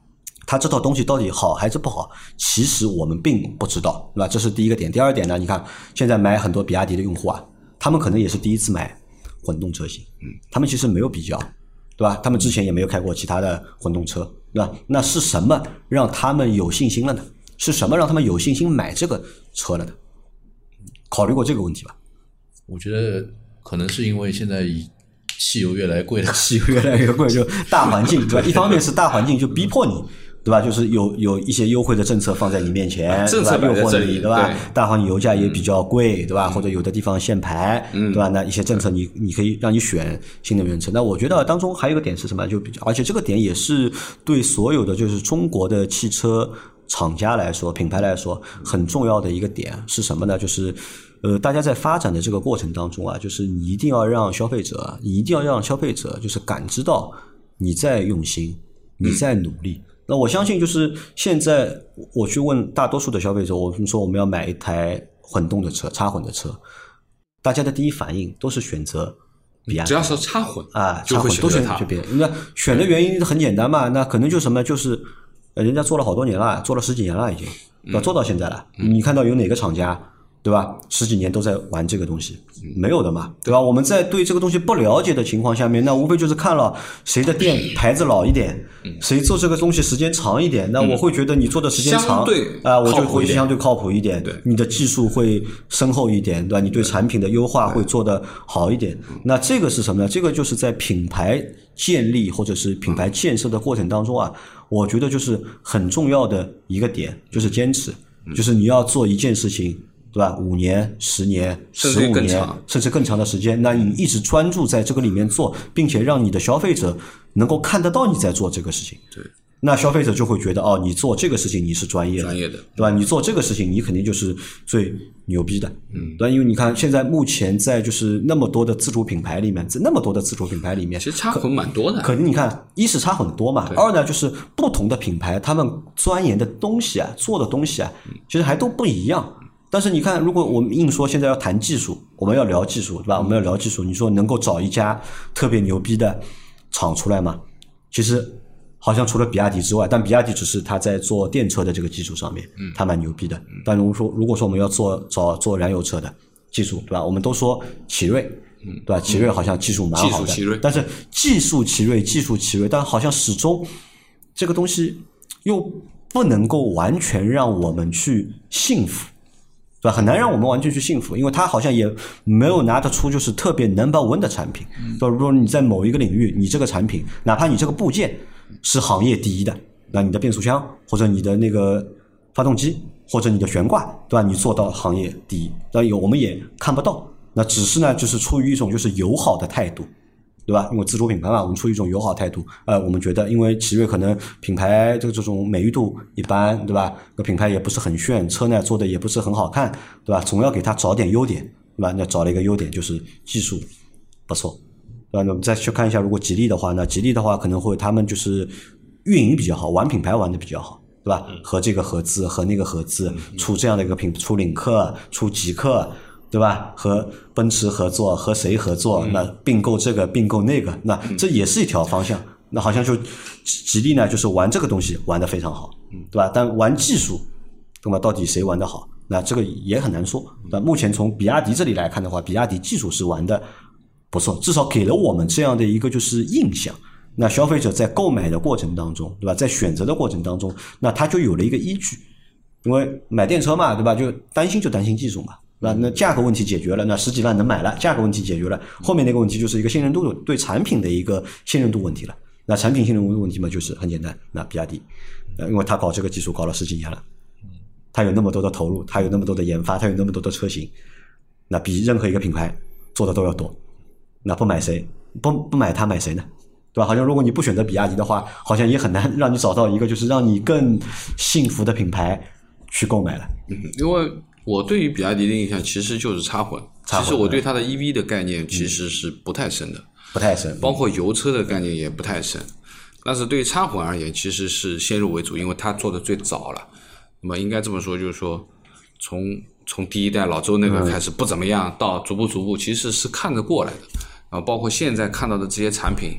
S2: 它这套东西到底好还是不好，其实我们并不知道，对吧？这是第一个点。第二点呢，你看现在买很多比亚迪的用户啊，他们可能也是第一次买混动车型，他们其实没有比较，对吧？他们之前也没有开过其他的混动车，那是什么让他们有信心了呢？是什么让他们有信心买这个车了呢？考虑过这个问题吧？
S4: 我觉得可能是因为现在汽油越来越贵了，
S2: 汽油越来越贵，就大环境，对吧？一方面是大环境就逼迫你，对吧？就是有一些优惠的政策放在你面前，
S3: 政策
S2: 诱惑你，对吧？
S3: 对，
S2: 大环境油价也比较贵，对吧？或者有的地方限牌，对吧？那一些政策你可以让你选新能源车。那我觉得当中还有一个点是什么？就比较，而且这个点也是对所有的就是中国的汽车厂家来说，品牌来说很重要的一个点是什么呢？就是大家在发展的这个过程当中啊，就是你一定要让消费者就是感知到你在用心，你在努力。那我相信就是现在我去问大多数的消费者，我们说我们要买一台混动的车，插混的车，大家的第一反应都是选择比亚迪，
S3: 只要是插混
S2: 啊，
S3: 就会
S2: 都选择别人。那选的原因很简单嘛，那可能就是什么，就是人家做了好多年了，做了10几年了已经，对吧？做到现在了。你看到有哪个厂家？对吧？10几年都在玩这个东西，没有的嘛，对吧？我们在对这个东西不了解的情况下面，那无非就是看了谁的店牌子老一点，谁做这个东西时间长一点，那我会觉得你做的时间长，我就会相对靠谱一点，你的技术会深厚一点，对吧？你对产品的优化会做得好一点。那这个是什么呢？这个就是在品牌建立或者是品牌建设的过程当中啊，我觉得就是很重要的一个点，就是坚持，就是你要做一件事情。对吧？5年、10年、15年，甚至更长的时间，那你一直专注在这个里面做，并且让你的消费者能够看得到你在做这个事情。
S3: 对，
S2: 那消费者就会觉得哦，你做这个事情你是专业的，对吧？你做这个事情你肯定就是最牛逼的，对吧？因为你看现在目前在就是那么多的自主品牌里面，
S3: 其实插混蛮多的。
S2: 可能你看，一是插混多嘛，二呢就是不同的品牌他们钻研的东西啊，做的东西啊，其实还都不一样。但是你看，如果我们硬说现在要谈技术，我们要聊技术，对吧？我们要聊技术，你说能够找一家特别牛逼的厂出来吗？其实好像除了比亚迪之外，但比亚迪只是他在做电车的这个技术上面，他蛮牛逼的。但如果说我们要做燃油车的技术，对吧？我们都说奇瑞，对吧？奇瑞好像技术蛮好的，但是技术奇瑞，但好像始终这个东西又不能够完全让我们去信服。对吧？很难让我们完全去信服，因为它好像也没有拿得出就是特别 number one 的产品。对吧？如果你在某一个领域，你这个产品，哪怕你这个部件是行业第一的，那你的变速箱或者你的那个发动机或者你的悬挂，对吧？你做到行业第一，但我们也看不到。那只是呢，就是出于一种就是友好的态度。对吧？因为自主品牌嘛，我们出于一种友好态度，我们觉得，因为奇瑞可能品牌这种美誉度一般，对吧？个品牌也不是很炫，车呢做的也不是很好看，对吧？总要给它找点优点，对吧？那找了一个优点就是技术不错，对吧？那我们再去看一下，如果吉利的话呢，吉利的话可能会他们就是运营比较好，玩品牌玩的比较好，对吧？和这个合资和那个合资出这样的一个出领克，出极客。对吧？和奔驰合作，和谁合作？那并购这个，并购那个，那这也是一条方向。那好像就吉利呢，就是玩这个东西玩得非常好，对吧？但玩技术，那么到底谁玩得好？那这个也很难说。那目前从比亚迪这里来看的话，比亚迪技术是玩得不错，至少给了我们这样的一个就是印象。那消费者在购买的过程当中，对吧？在选择的过程当中，那他就有了一个依据。因为买电车嘛，对吧？就担心技术嘛。那价格问题解决了，那10几万能买了，价格问题解决了，后面那个问题就是一个信任度，对产品的一个信任度问题了。那产品信任度问题嘛，就是很简单，那比亚迪，因为他搞这个技术搞了10几年了，他有那么多的投入，他有那么多的研发，他有那么多的车型，那比任何一个品牌做的都要多。那不买谁？不买他买谁呢？对吧？好像如果你不选择比亚迪的话，好像也很难让你找到一个就是让你更幸福的品牌去购买了。
S3: 因为我对于比亚迪的印象其实就是插混，其实我对它的 EV 的概念其实是不太深的，包括油车的概念也不太深。但是对于插混而言，其实是先入为主，因为它做的最早了。那么应该这么说，就是说从第一代老周那个开始不怎么样，到逐步其实是看得过来的。包括现在看到的这些产品，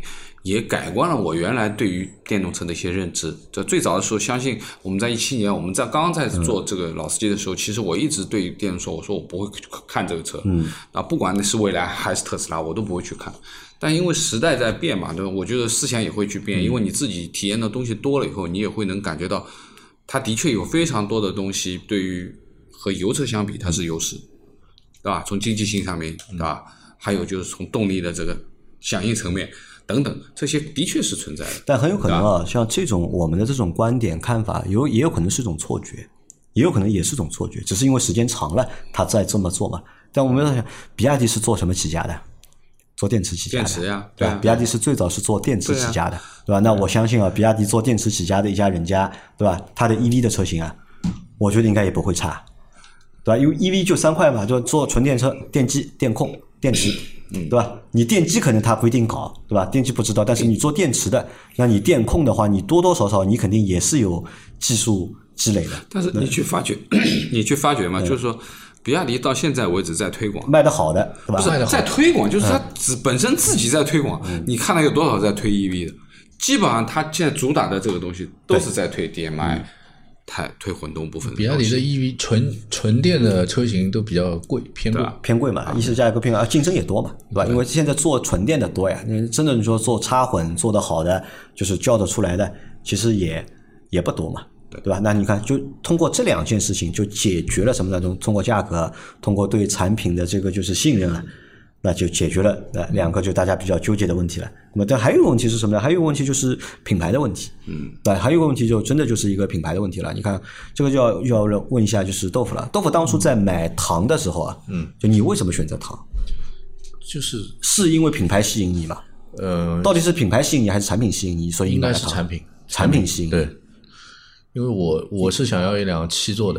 S3: 也改观了我原来对于电动车的一些认知。在最早的时候，相信我们在2017年，我们刚刚在做这个老司机的时候，其实我一直对电动车，我说我不会看这个车，不管是蔚来还是特斯拉，我都不会去看。但因为时代在变嘛，对吧？我觉得思想也会去变，因为你自己体验的东西多了以后，你也会能感觉到，它的确有非常多的东西对于和油车相比它是优势，对吧？从经济性上面，对吧？还有就是从动力的这个响应层面等等，这些的确是存在的。
S2: 但很有可能啊，像这种我们的这种观点看法，也有可能是一种错觉，也有可能也是一种错觉，只是因为时间长了，他在这么做嘛。但我们要想，比亚迪是做什么起家的？做电池起家的，
S3: 电池呀，
S2: 对吧？比亚迪是最早是做电池起家的，对吧？那我相信啊，比亚迪做电池起家的一家人家，对吧？它的 EV 的车型啊，我觉得应该也不会差，对吧？因为 EV 就3块嘛，就做纯电车、电机、电控、电池，对吧？你电机可能它不一定搞，对吧？电机不知道，但是你做电池的，那你电控的话，你多多少少你肯定也是有技术积累的。
S3: 但是你去发掘嘛，就是说。比亚迪到现在为止在推广
S2: 卖得好的，对吧？
S3: 不是在推广，就是它本身自己在推广。你看了有多少在推 EV 的？基本上它现在主打的这个东西都是在推 DMI，推混动部分的。
S5: 比亚迪的 EV 纯电的车型都比较贵，偏贵
S2: 嘛，一是价格偏贵，竞争也多嘛，对吧？因为现在做纯电的多呀，真的你说做插混做得好的，就是叫得出来的，其实也不多嘛。对吧？那你看，就通过这2件事情，就解决了什么呢？通过价格，通过对产品的这个就是信任了，那就解决了2个就大家比较纠结的问题了。那么，但还有一个问题是什么呢？还有一个问题就是品牌的问题。对，还有一个问题就真的就是一个品牌的问题了。你看，这个就要问一下，就是豆腐了。豆腐当初在买唐的时候啊，就你为什么选择唐？是因为品牌吸引你吗？到底是品牌吸引你还是产品吸引你？所以
S5: 应该是产品
S2: 吸引你。
S5: 对。因为我是想要一辆7座的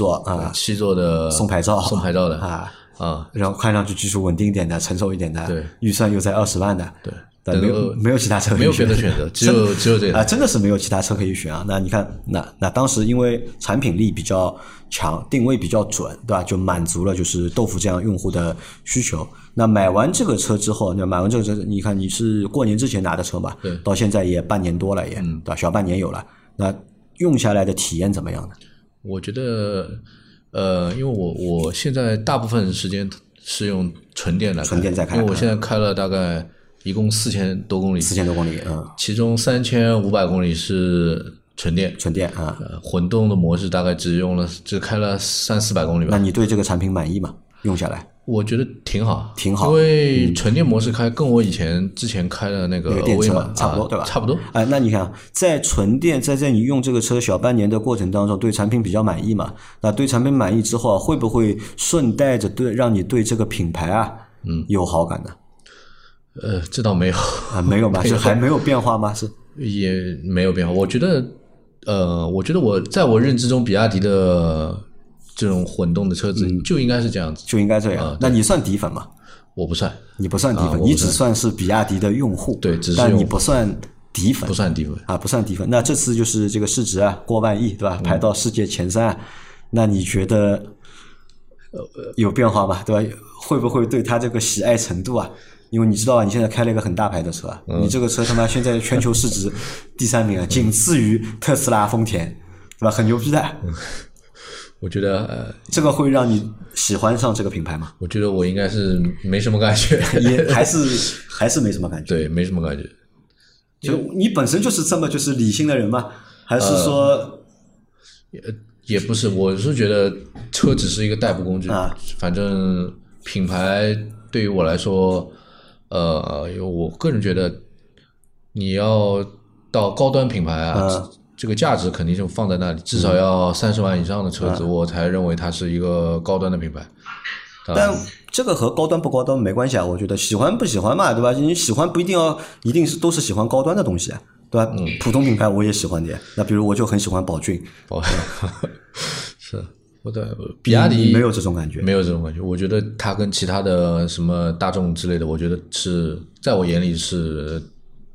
S5: ，7座的送牌照的
S2: 然后看上去技术稳定一点的，成熟一点的，
S5: 对，
S2: 预算又在20万的，
S5: 对，
S2: 但没有其他车可以选，
S5: 没有别的选择，只有这个
S2: 真的是没有其他车可以选啊。那你看，那当时因为产品力比较强，定位比较准，对吧？就满足了就是豆腐这样用户的需求。那买完这个车之后，你看你是过年之前拿的车嘛，
S5: 对，
S2: 到现在也半年多了也，对吧？小半年有了，那用下来的体验怎么样呢？
S5: 我觉得，因为我现在大部分时间是用纯电在开，因为我现在开了大概一共4000多公里，其中3500公里是纯电
S2: 啊，
S5: 混动的模式大概只开了300-400公里吧。
S2: 那你对这个产品满意吗？用下来？
S5: 我觉得挺好，因为纯电模式开跟我之前开的那个
S2: 电车差不多，对吧？
S5: 差不多。
S2: 那你看，在纯电在你用这个车小半年的过程当中，对产品比较满意嘛？那对产品满意之后，会不会顺带着让你对这个品牌有好感呢？
S5: 这倒没有
S2: 没有吧？是还没有变化吗？是
S5: 也没有变化。我觉得我在我认知中，比亚迪的这种混动的车子就应该是这样子，
S2: 就应该这样。那你算底粉吗？
S5: 我不算，
S2: 你不算底粉，你只算是比亚迪的用户，
S5: 对，只是
S2: 但你不算底粉，
S5: 不算底粉
S2: 不算底粉。那这次就是这个市值过万亿，对吧？排到世界前3，那你觉得有变化吗？对吧？会不会对它这个喜爱程度因为你知道你现在开了一个很大牌的车你这个车他妈现在全球市值第3名仅次于特斯拉、丰田，对吧？很牛逼的。
S5: 我觉得
S2: 这个会让你喜欢上这个品牌吗？
S5: 我觉得我应该是没什么感觉，
S2: 也还是没什么感觉。
S5: 对，没什么感觉。
S2: 就你本身就是这么就是理性的人吗？还是说
S5: 也不是，我是觉得车只是一个代步工具反正品牌对于我来说我个人觉得你要到高端品牌这个价值肯定就放在那里，至少要30万以上的车子我才认为它是一个高端的品牌。
S2: 但这个和高端不高端没关系我觉得喜欢不喜欢嘛，对吧？你喜欢不一定都是喜欢高端的东西对吧？普通品牌我也喜欢点，那比如我就很喜欢宝骏
S5: 是我的比亚迪
S2: 没有这种感觉，
S5: 没有这种感觉。我觉得它跟其他的什么大众之类的，我觉得是在我眼里是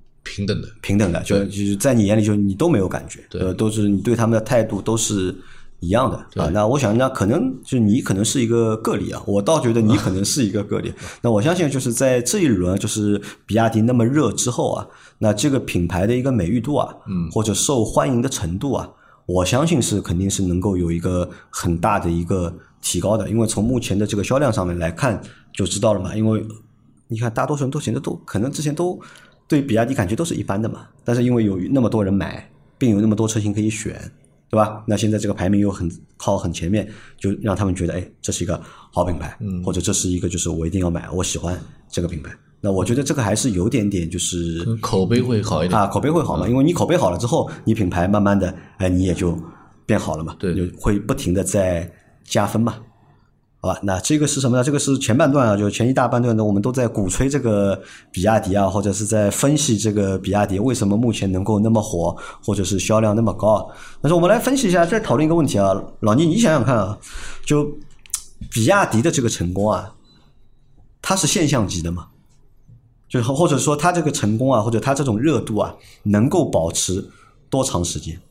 S5: 平等的，
S2: 就是在你眼里就你都没有感觉，对，都是你对他们的态度都是一样的啊。那我想，那可能就你可能是一个个例啊，我倒觉得你可能是一个个例。那我相信就是在这一轮就是比亚迪那么热之后啊，那这个品牌的一个美誉度啊，或者受欢迎的程度啊，我相信是肯定是能够有一个很大的一个提高的。因为从目前的这个销量上面来看就知道了嘛，因为你看大多数人都可能之前都对比亚迪感觉都是一般的嘛，但是因为有那么多人买，并有那么多车型可以选，对吧？那现在这个排名又靠很前面，就让他们觉得，哎，这是一个好品牌，或者这是一个就是我一定要买，我喜欢这个品牌。那我觉得这个还是有点就是
S5: 口碑会好一点
S2: 啊，口碑会好嘛，因为你口碑好了之后，你品牌慢慢的，哎，你也就变好了嘛，
S5: 对，
S2: 就会不停的在加分嘛。好吧，那这个是什么呢？这个是前半段啊，就是前一大半段呢，我们都在鼓吹这个比亚迪啊，或者是在分析这个比亚迪为什么目前能够那么火，或者是销量那么高。但是我们来分析一下，再讨论一个问题啊，老倪，你想想看啊，就比亚迪的这个成功啊，它是现象级的吗？就或者说它这个成功啊，或者它这种热度啊，能够保持多长时间？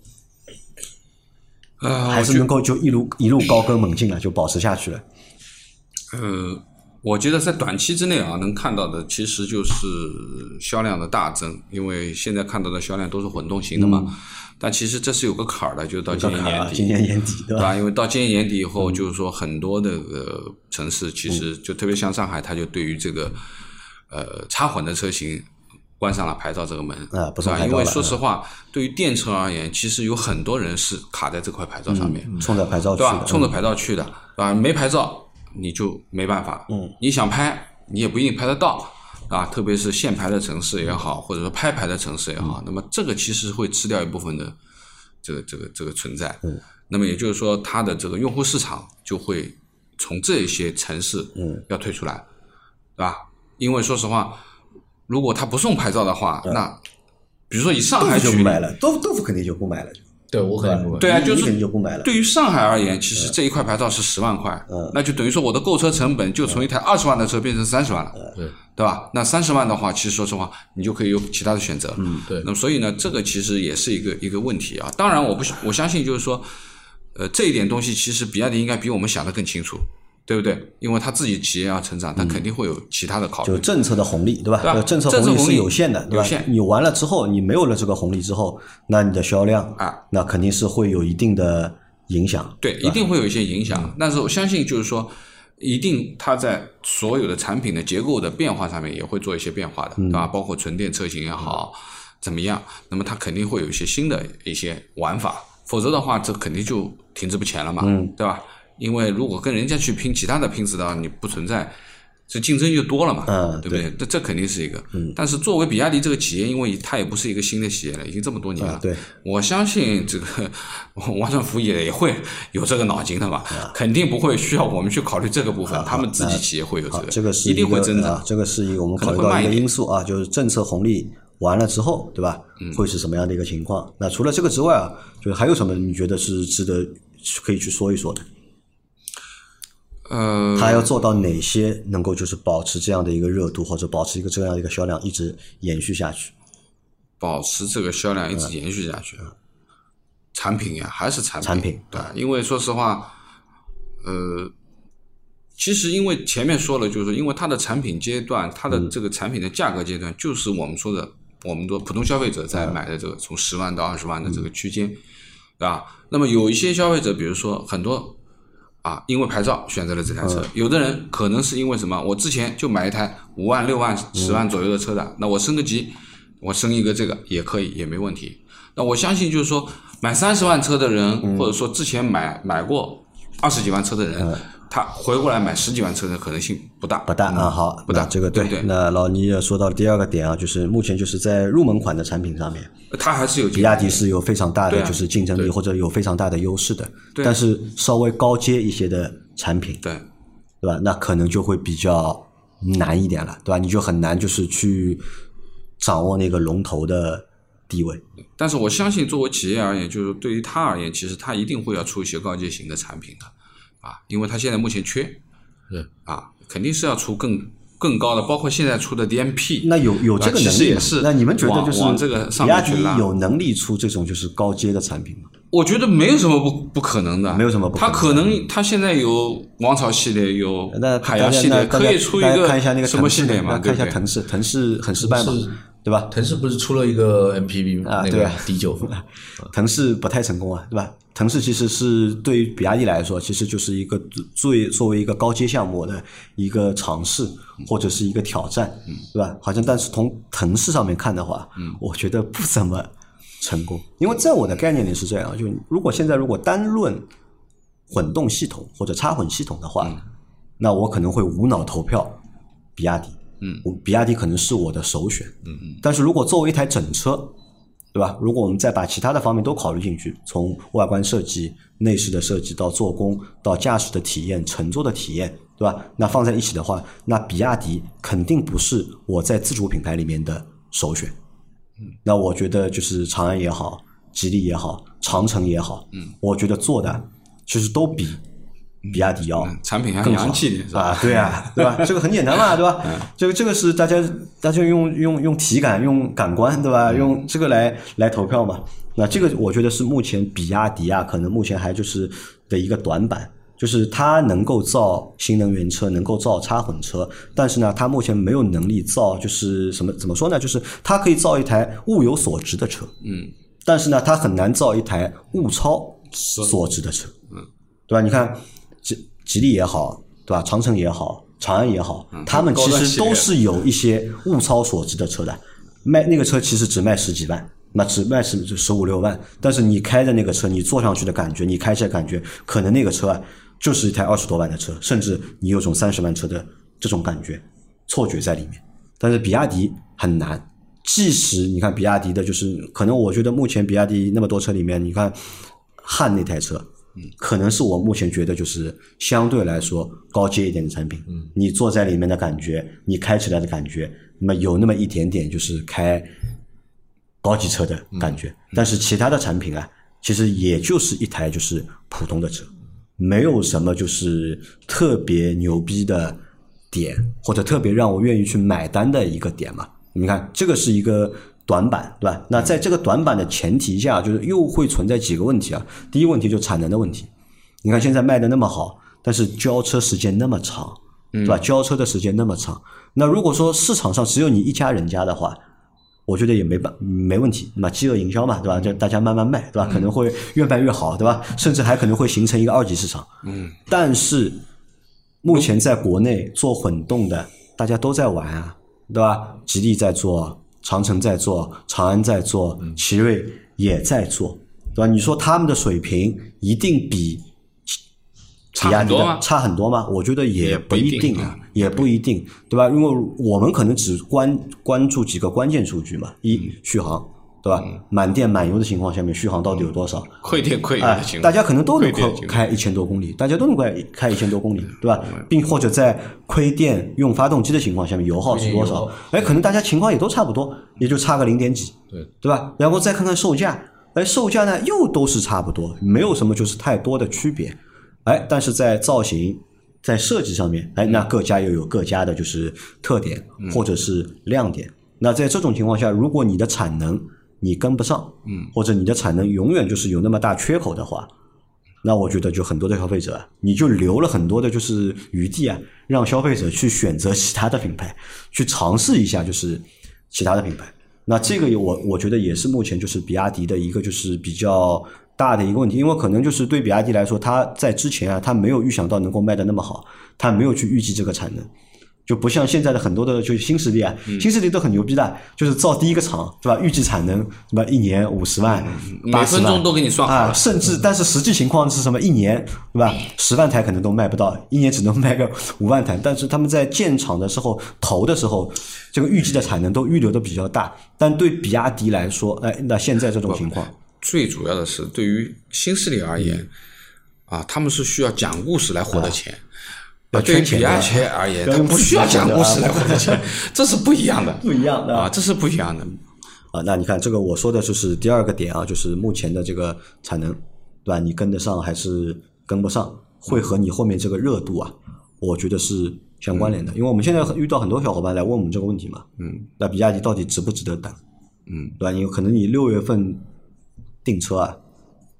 S2: 还是能够就一路高歌猛进了，就保持下去了。
S3: 我觉得在短期之内啊，能看到的其实就是销量的大增，因为现在看到的销量都是混动型的嘛。但其实这是有个坎儿的，就是到今年年底，
S2: 今年年底对吧？
S3: 因为到今年年底以后，就是说很多的城市其实就特别像上海，它就对于这个插混的车型关上了牌照这个门
S2: 不送牌照了。
S3: 因为说实话，对于电车而言，其实有很多人是卡在这块牌照上面，
S2: 冲着牌照去
S3: 对吧？冲着牌照去的，对吧？没牌照你就没办法，你想拍你也不一定拍得到啊。特别是限牌的城市也好，或者说拍牌的城市也好，那么这个其实会吃掉一部分的这个存在。那么也就是说，它的这个用户市场就会从这些城市要退出来，对吧？因为说实话，如果他不送牌照的话，那比如说以上海
S2: 就不买了，豆腐肯定就不买了。
S5: 对，我肯定不买。
S3: 对啊，就
S2: 肯定就不买了。
S3: 对于上海而言，其实这一块牌照是10万块，那就等于说我的购车成本就从一台20万的车变成30万了，对吧？那30万的话，其实说实话，你就可以有其他的选择。
S5: 对。
S3: 那么所以呢，这个其实也是一个问题啊。当然，我相信就是说，这一点东西其实比亚迪应该比我们想的更清楚。对不对？因为他自己企业要成长，他肯定会有其他的考虑。
S2: 就政策的红利，对吧？对吧？政策红利是有限的，对吧？你完了之后，你没有了这个红利之后，那你的销量那肯定是会有一定的影响。
S3: 对，一定会有一些影响。但是我相信，就是说，一定它在所有的产品的结构的变化上面也会做一些变化的，对吧？包括纯电车型也好，怎么样？那么它肯定会有一些新的一些玩法，否则的话，这肯定就停滞不前了嘛，对吧？因为如果跟人家去拼其他的拼死的，你不存在，这竞争就多了嘛，对不对？这肯定是一个。但是作为比亚迪这个企业，因为它也不是一个新的企业了，已经这么多年了。
S2: 对，
S3: 我相信这个王传福也会有这个脑筋的嘛，肯定不会需要我们去考虑这个部分，他们自己企业会有
S2: 这个是
S3: 一定会增长。
S2: 这个是一个我们考虑到一个因素啊，就是政策红利完了之后，对吧？会是什么样的一个情况？那除了这个之外啊，就是还有什么你觉得是值得可以去说一说的？他要做到哪些能够就是保持这样的一个热度，或者保持一个这样的一个销量一直延续下去？
S3: 保持这个销量一直延续下去，产品呀，还是产品，对，因为说实话，其实因为前面说了，就是因为它的产品阶段，它的这个产品的价格阶段，就是我们说的，我们的普通消费者在买的这个从10万到20万的这个区间，对吧？那么有一些消费者，比如说很多。因为牌照选择了这台车，有的人可能是因为什么？我之前就买一台5万、6万、10万左右的车的，那我升个级，我升一个这个也可以，也没问题。那我相信就是说，买30万车的人，或者说之前买过20几万车的人，他回过来买10几万车的可能性不大
S2: 啊。好，
S3: 不大，
S2: 这个
S3: 对不对？
S2: 那老倪也说到了第二个点啊，就是目前就是在入门款的产品上面，
S3: 它还是有
S2: 比亚迪是有非常大的就是竞争力，或者有非常大的优势的。但是稍微高阶一些的产品，对吧？那可能就会比较难一点了，对吧？你就很难就是去掌握那个龙头的地位。
S3: 但是我相信，作为企业而言，就是对于它而言，其实它一定会要出一些高阶型的产品的。因为它现在目前缺，肯定是要出更高的，包括现在出的 DMP，
S2: 那有这个能力，
S3: 也是。
S2: 那你们觉得就是
S3: 往这个上
S2: 比亚迪
S3: 面去拉，
S2: 有能力出这种就是高阶的产品吗？
S3: 我觉得没有什么不可能的，
S2: 没有什么不可能的。
S3: 它可能它现在有王朝系列，有海洋系列，可以出一个
S2: 看一下那个
S3: 什么系列嘛？
S2: 看一下腾势很失败嘛，对吧？
S5: 腾势不是出了一个 MPV
S2: 啊，
S5: 那个 D9，
S2: 腾势不太成功啊，对吧？腾势其实是对于比亚迪来说，其实就是一个作为一个高阶项目的一个尝试或者是一个挑战，对吧？好像但是从腾势上面看的话，我觉得不怎么成功，因为在我的概念里是这样，就如果单论混动系统或者插混系统的话，那我可能会无脑投票比亚迪，比亚迪可能是我的首选，但是如果作为一台整车，对吧？如果我们再把其他的方面都考虑进去，从外观设计、内饰的设计到做工到驾驶的体验、乘坐的体验，对吧？那放在一起的话，那比亚迪肯定不是我在自主品牌里面的首选。那我觉得就是长安也好，吉利也好，长城也好，我觉得做的其实都比亚迪要
S3: 产品还
S2: 更好
S3: 洋气点是吧？
S2: 啊，对啊，对吧？这个很简单嘛，对吧？这个是大家用体感、用感官，对吧？用这个来投票嘛。那这个我觉得是目前比亚迪啊，可能目前还就是的一个短板。就是它能够造新能源车，能够造插混车，但是呢，它目前没有能力造，就是怎么说呢？就是它可以造一台物有所值的车，但是呢，它很难造一台物超所值的车，对吧？你看吉利也好，对吧？长城也好，长安也好，他们其实都是有一些物超所值的车的，卖那个车其实只卖10几万。那只卖15、16万，但是你开的那个车，你坐上去的感觉，你开起来感觉，可能那个车啊，就是一台20多万的车，甚至你有种30万车的这种感觉、错觉在里面。但是比亚迪很难，即使你看比亚迪的，就是可能我觉得目前比亚迪那么多车里面，你看汉那台车，可能是我目前觉得就是相对来说高阶一点的产品。你坐在里面的感觉，你开起来的感觉，那么有那么一点点就是开高级车的感觉，但是其他的产品啊，其实也就是一台就是普通的车，没有什么就是特别牛逼的点，或者特别让我愿意去买单的一个点嘛。你看，这个是一个短板，对吧？那在这个短板的前提下，就是又会存在几个问题啊。第一个问题就是产能的问题。你看现在卖的那么好，但是交车时间那么长，对吧？交车的时间那么长，那如果说市场上只有你一家人家的话，我觉得也没问题，那饥饿营销嘛，对吧？就大家慢慢卖，对吧？可能会越卖越好，对吧？甚至还可能会形成一个2级市场。但是目前在国内做混动的，大家都在玩啊，对吧？吉利在做，长城在做，长安在做，奇瑞也在做，对吧？你说他们的水平一定比比亚迪的差很多吗？我觉得也不一定啊，也不一定，对吧？因为我们可能只关注几个关键数据嘛，续航，对吧？满电满油的情况下面，续航到底有多少？
S3: 亏电亏油的情况，
S2: 大家可能都能开1000多公里，大家都能开1000多公里，对吧？并或者在亏电用发动机的情况下面，油耗是多少？可能大家情况也都差不多，也就差个0点几，对吧？然后再看看售价，售价呢又都是差不多，没有什么就是太多的区别。但是在造型、在设计上面，那各家又有各家的就是特点或者是亮点。那在这种情况下，如果你的产能你跟不上，或者你的产能永远就是有那么大缺口的话，那我觉得就很多的消费者，你就留了很多的就是余地啊，让消费者去选择其他的品牌，去尝试一下就是其他的品牌。那这个我觉得也是目前就是比亚迪的一个就是比较大的一个问题，因为可能就是对比亚迪来说，他在之前啊，他没有预想到能够卖得那么好，他没有去预计这个产能，就不像现在的很多的就是新势力啊，新势力都很牛逼的，就是造第一个厂，对吧？预计产能什么1年50万、80万，
S3: 每分钟都给你算好了，
S2: 甚至但是实际情况是什么？1年，对吧？10万台可能都卖不到，1年只能卖个5万台，但是他们在建厂的时候、投的时候，这个预计的产能都预留的比较大，但对比亚迪来说，那现在这种情况。
S3: 最主要的是，对于新势力而言，他们是需要讲故事来获得钱。对于比亚迪而言，他不需要讲故事来获得钱，这是不一样的，
S2: 不一样的
S3: 这是不一样的。
S2: 那你看这个我说的就是第二个点啊，就是目前的这个产能，对吧？你跟得上还是跟不上，会和你后面这个热度啊，我觉得是相关联的。因为我们现在遇到很多小伙伴来问我们这个问题嘛，那比亚迪到底值不值得等？对吧？你可能你6月份订车啊，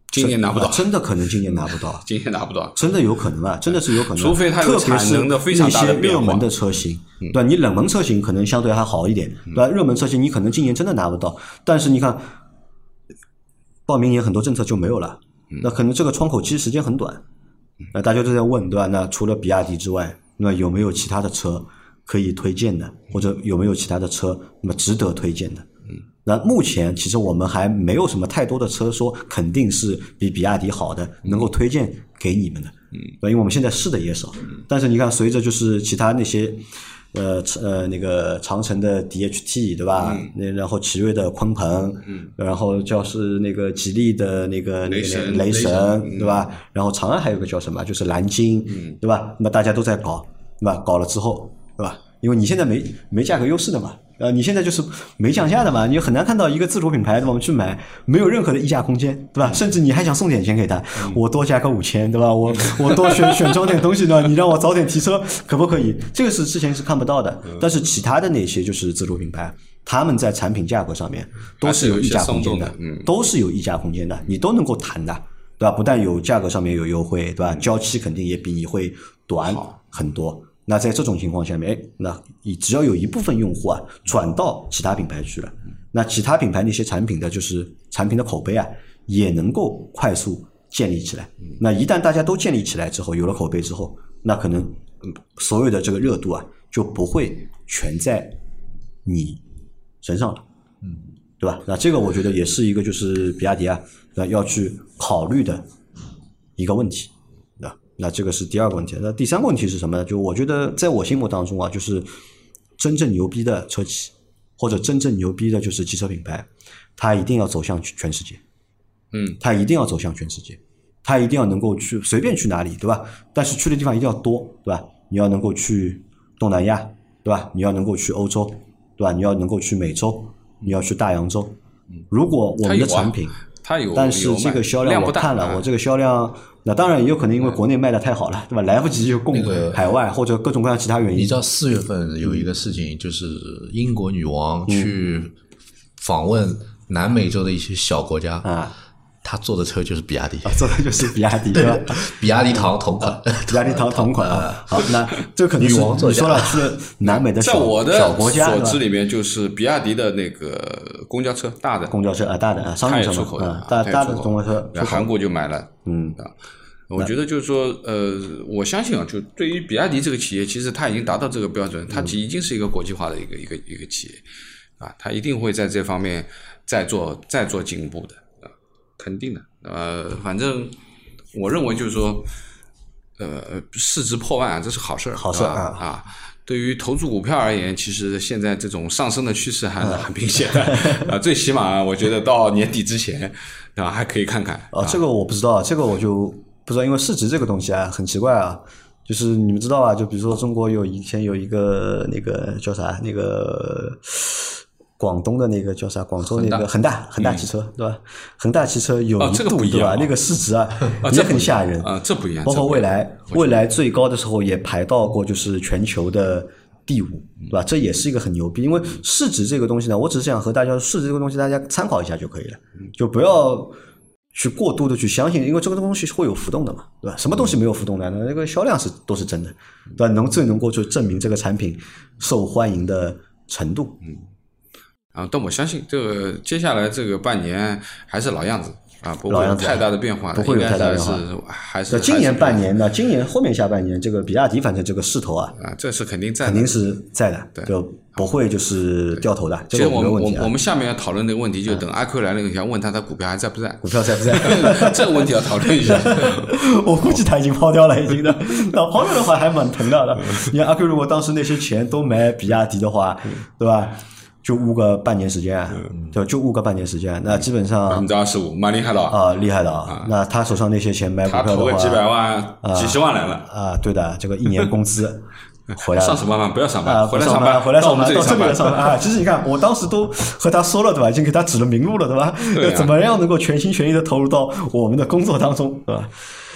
S3: 今年拿不到，
S2: 真的可能今年拿不到，
S3: 今年拿不到，
S2: 真的有可能啊，真的是有可能，
S3: 除非它有产能的非常大的变化。
S2: 热门的车型，对吧？你冷门车型可能相对还好一点，对吧？热门车型你可能今年真的拿不到，但是你看，到明年很多政策就没有了，那可能这个窗口期时间很短，那大家都在问，对吧？那除了比亚迪之外，那有没有其他的车可以推荐的，或者有没有其他的车那么值得推荐的？那目前其实我们还没有什么太多的车说肯定是比亚迪好的，能够推荐给你们的，因为我们现在试的也少。但是你看，随着就是其他那些那个长城的 DHT 对吧？然后奇瑞的鲲鹏，然后就是那个吉利的那个雷神对吧？然后长安还有个叫什么，就是蓝鲸，对吧？那么大家都在搞，对吧？搞了之后，对吧？因为你现在没价格优势的嘛。你现在就是没降价的嘛，你很难看到一个自主品牌对吧？我们去买没有任何的溢价空间，对吧？甚至你还想送点钱给他，我多加个5000，对吧？我多选装点东西呢，你让我早点提车，可不可以？这个是之前是看不到的。但是其他的那些就是自主品牌，他们在产品价格上面都是有溢价空间的，都是有溢价空间的，你都能够谈的，对吧？不但有价格上面有优惠，对吧？交期肯定也比你会短很多。那在这种情况下面，那只要有一部分用户啊转到其他品牌去了，那其他品牌那些产品的就是产品的口碑啊，也能够快速建立起来。那一旦大家都建立起来之后，有了口碑之后，那可能所有的这个热度啊就不会全在你身上了，对吧？那这个我觉得也是一个就是比亚迪啊要去考虑的一个问题。那这个是第二个问题。那第三个问题是什么呢？就我觉得在我心目当中啊，就是真正牛逼的车企或者真正牛逼的就是汽车品牌，它一定要走向全世界。它一定要走向全世界，它一定要能够去随便去哪里，对吧？但是去的地方一定要多，对吧？你要能够去东南亚，对吧？你要能够去欧洲，对吧？你要能够去美洲，你要去大洋洲。如果我们的产品
S3: 它有，
S2: 但是这个销量我看了，我这个销量，那当然也有可能因为国内卖的太好了，对吧？来不及就供海外或者各种各样其他原因。
S5: 你知道4月份有一个事情，就是英国女王去访问南美洲的一些小国家啊。他坐的车就是比亚迪，
S2: 坐的就是比亚迪，对吧？
S5: 比亚迪唐同款，
S2: 比亚迪唐同款啊。好，那这可能是你说了是南美的小国家，
S3: 在我的所知里面，就是比亚迪的那个公交车，大的
S2: 公交车啊，大的商用车嘛，大的公交车，
S3: 韩国就买了，我觉得就是说，我相信啊，就对于比亚迪这个企业，其实它已经达到这个标准，它已经是一个国际化的一个企业啊，它一定会在这方面再做进步的。肯定的，反正我认为就是说，市值破万啊，这是好事，
S2: 好事啊。
S3: 对于投注股票而言，其实现在这种上升的趋势还是很明显的啊。最起码我觉得到年底之前，啊还可以看看。
S2: 这个我不知道，这个我就不知道，因为市值这个东西啊，很奇怪啊。就是你们知道啊，就比如说中国以前有一个那个叫啥那个。广东的那个叫啥？广州那个恒大汽车，对吧？恒大汽车有一度，对吧？那个市值啊也很吓人
S3: 啊，这不一样。
S2: 包括未来最高的时候也排到过就是全球的第5，对吧？这也是一个很牛逼。因为市值这个东西呢，我只是想和大家说，市值这个东西大家参考一下就可以了，就不要去过度的去相信，因为这个东西是会有浮动的嘛，对吧？什么东西没有浮动的？那个销量都是真的，对吧？最能够去证明这个产品受欢迎的程度。
S3: 但我相信这个接下来这个半年还是老样子啊，不会有太大的变化，
S2: 不会有太大的变化。
S3: 还是
S2: 今年半年呢？今年后面下半年，这个比亚迪反正这个势头啊，
S3: 这是肯定在的，
S2: 肯定是在的，就不会就是掉头的。
S3: 其实我们下面要讨论这个问题，就等阿 Q 来了以后，问他股票还在不在？
S2: 股票在不在？
S3: 这个问题要讨论一下。
S2: 我估计他已经抛掉了，已经的。那抛掉的话还蛮疼的。你看阿 Q 如果当时那些钱都买比亚迪的话，对吧？就捂个半年时间，就捂个半年时间，那基本上
S3: 25%，蛮厉害的啊，
S2: 厉害的啊。那他手上那些钱买股票的话，他投
S3: 个几百万、几十万来了
S2: 啊，对的，这个1年工资回来了，
S3: 上什么班？不要上班，回来上
S2: 班，
S3: 到我们这里
S2: 上班啊。其实你看，我当时都和他说了，对吧？已经给他指了明路了，对吧？怎么样能够全心全意的投入到我们的工作当中，对吧？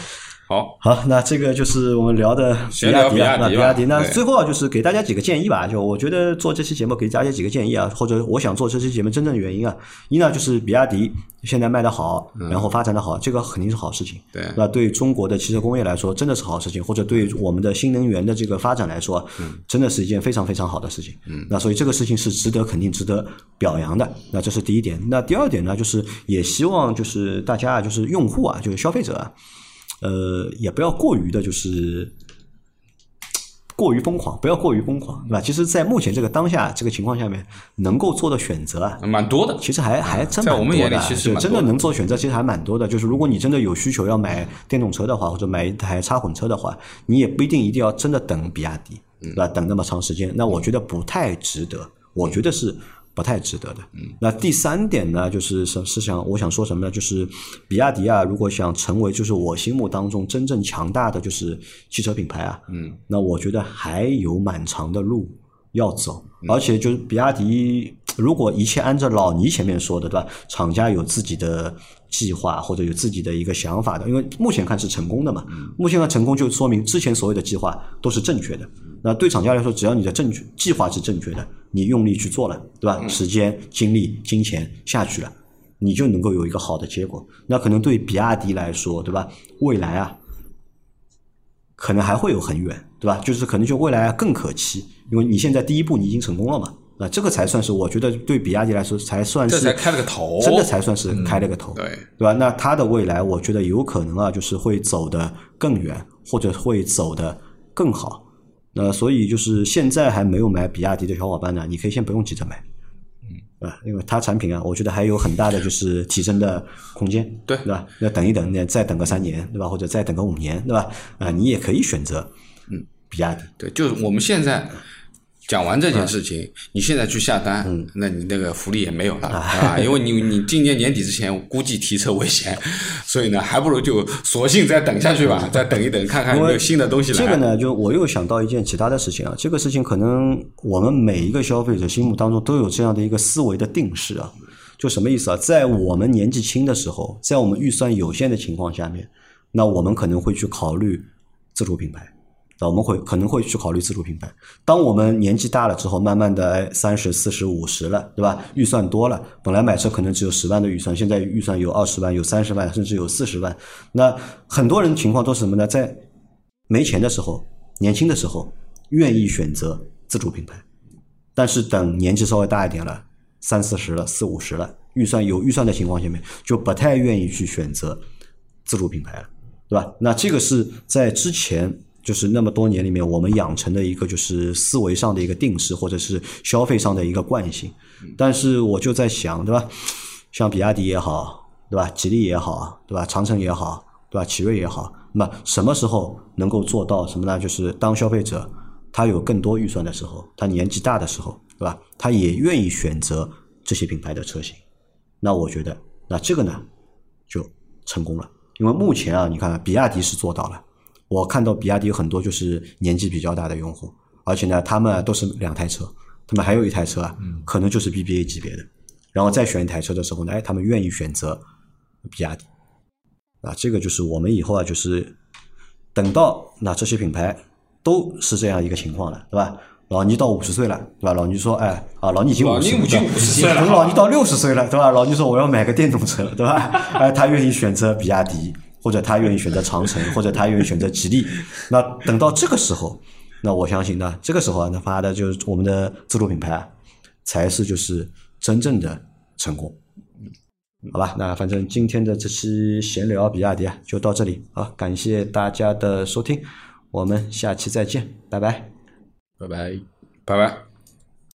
S2: 好，那这个就是我们聊的比亚迪。那最后就是给大家几个建议吧。就我觉得做这期节目给大家几个建议啊，或者我想做这期节目真正的原因啊，一呢就是比亚迪现在卖得好，然后发展得好，这个肯定是好事情。
S3: 对，
S2: 那对中国的汽车工业来说真的是好事情，或者对我们的新能源的这个发展来说，真的是一件非常非常好的事情。那所以这个事情是值得肯定、值得表扬的。那这是第一点。那第二点呢，就是也希望就是大家啊，就是用户啊，就是消费者啊。也不要过于的，就是过于疯狂，不要过于疯狂，对吧？其实，在目前这个当下这个情况下面，能够做的选择啊，
S3: 蛮多的。
S2: 其实还真蛮多的。
S3: 在我们眼里，其实
S2: 真的能做选择，其实还蛮多的。就是如果你真的有需求要买电动车的话，或者买一台插混车的话，你也不一定要真的等比亚迪，对吧？等那么长时间，那我觉得不太值得。我觉得是不太值得的。那第三点呢，就是我想说什么呢？就是比亚迪啊，如果想成为就是我心目当中真正强大的就是汽车品牌啊，那我觉得还有蛮长的路要走。而且就是比亚迪，如果一切按照老倪前面说的，对吧？厂家有自己的计划或者有自己的一个想法的，因为目前看是成功的嘛，目前看成功就说明之前所有的计划都是正确的。那对厂家来说，只要你的计划是正确的，你用力去做了，对吧？时间、精力、金钱下去了，你就能够有一个好的结果。那可能对比亚迪来说，对吧？未来啊，可能还会有很远，对吧？就是可能就未来更可期，因为你现在第一步你已经成功了嘛。那这个才算是我觉得对比亚迪来说才算是
S3: 这才开了个头，
S2: 真的才算是开了个头，
S3: 对
S2: 吧？那它的未来我觉得有可能啊，就是会走得更远，或者会走得更好。那所以就是现在还没有买比亚迪的小伙伴呢，你可以先不用急着买，因为它产品啊，我觉得还有很大的就是提升的空间，
S3: 对
S2: 吧？那等一等，再等个3年，对吧？或者再等个5年，对吧？你也可以选择比亚迪。
S3: 对，就是我们现在讲完这件事情，你现在去下单，那你那个福利也没有了啊，因为你今年年底之前估计提车危险，所以呢，还不如就索性再等下去吧，再等一等，看看有没有新的东西来。
S2: 这个呢，就我又想到一件其他的事情啊，这个事情可能我们每一个消费者心目当中都有这样的一个思维的定势啊，就什么意思啊？在我们年纪轻的时候，在我们预算有限的情况下面，那我们可能会去考虑自主品牌。我们可能会去考虑自主品牌。当我们年纪大了之后，慢慢的30、40、50了，对吧？预算多了，本来买车可能只有10万的预算，现在预算有20万、有30万，甚至有40万。那很多人情况都是什么呢？在没钱的时候、年轻的时候，愿意选择自主品牌，但是等年纪稍微大一点了，30、40了、40、50了，有预算的情况下面，就不太愿意去选择自主品牌了，对吧？那这个是在之前。就是那么多年里面，我们养成的一个就是思维上的一个定势，或者是消费上的一个惯性。但是我就在想，对吧？像比亚迪也好，对吧？吉利也好，对吧？长城也好，对吧？奇瑞也好，那么什么时候能够做到什么呢？就是当消费者他有更多预算的时候，他年纪大的时候，对吧？他也愿意选择这些品牌的车型。那我觉得，那这个呢就成功了，因为目前啊，你看比亚迪是做到了。我看到比亚迪有很多就是年纪比较大的用户，而且呢，他们都是2台车，他们还有一台车啊，可能就是 BBA 级别的，然后再选一台车的时候呢，他们愿意选择比亚迪，这个就是我们以后啊，就是等到那这些品牌都是这样一个情况了，对吧？老倪到50岁了，对吧？老倪说，老倪已经50岁了，等老倪到60岁了，对吧？老倪说我要买个电动车，对吧？他愿意选择比亚迪。或者他愿意选择长城，或者他愿意选择吉利，那等到这个时候，那我相信呢，这个时候啊，那发的就是我们的自主品牌啊，才是就是真正的成功，好吧？那反正今天的这期闲聊比亚迪啊，就到这里，好，感谢大家的收听，我们下期再见，拜拜，
S3: 拜拜，拜拜。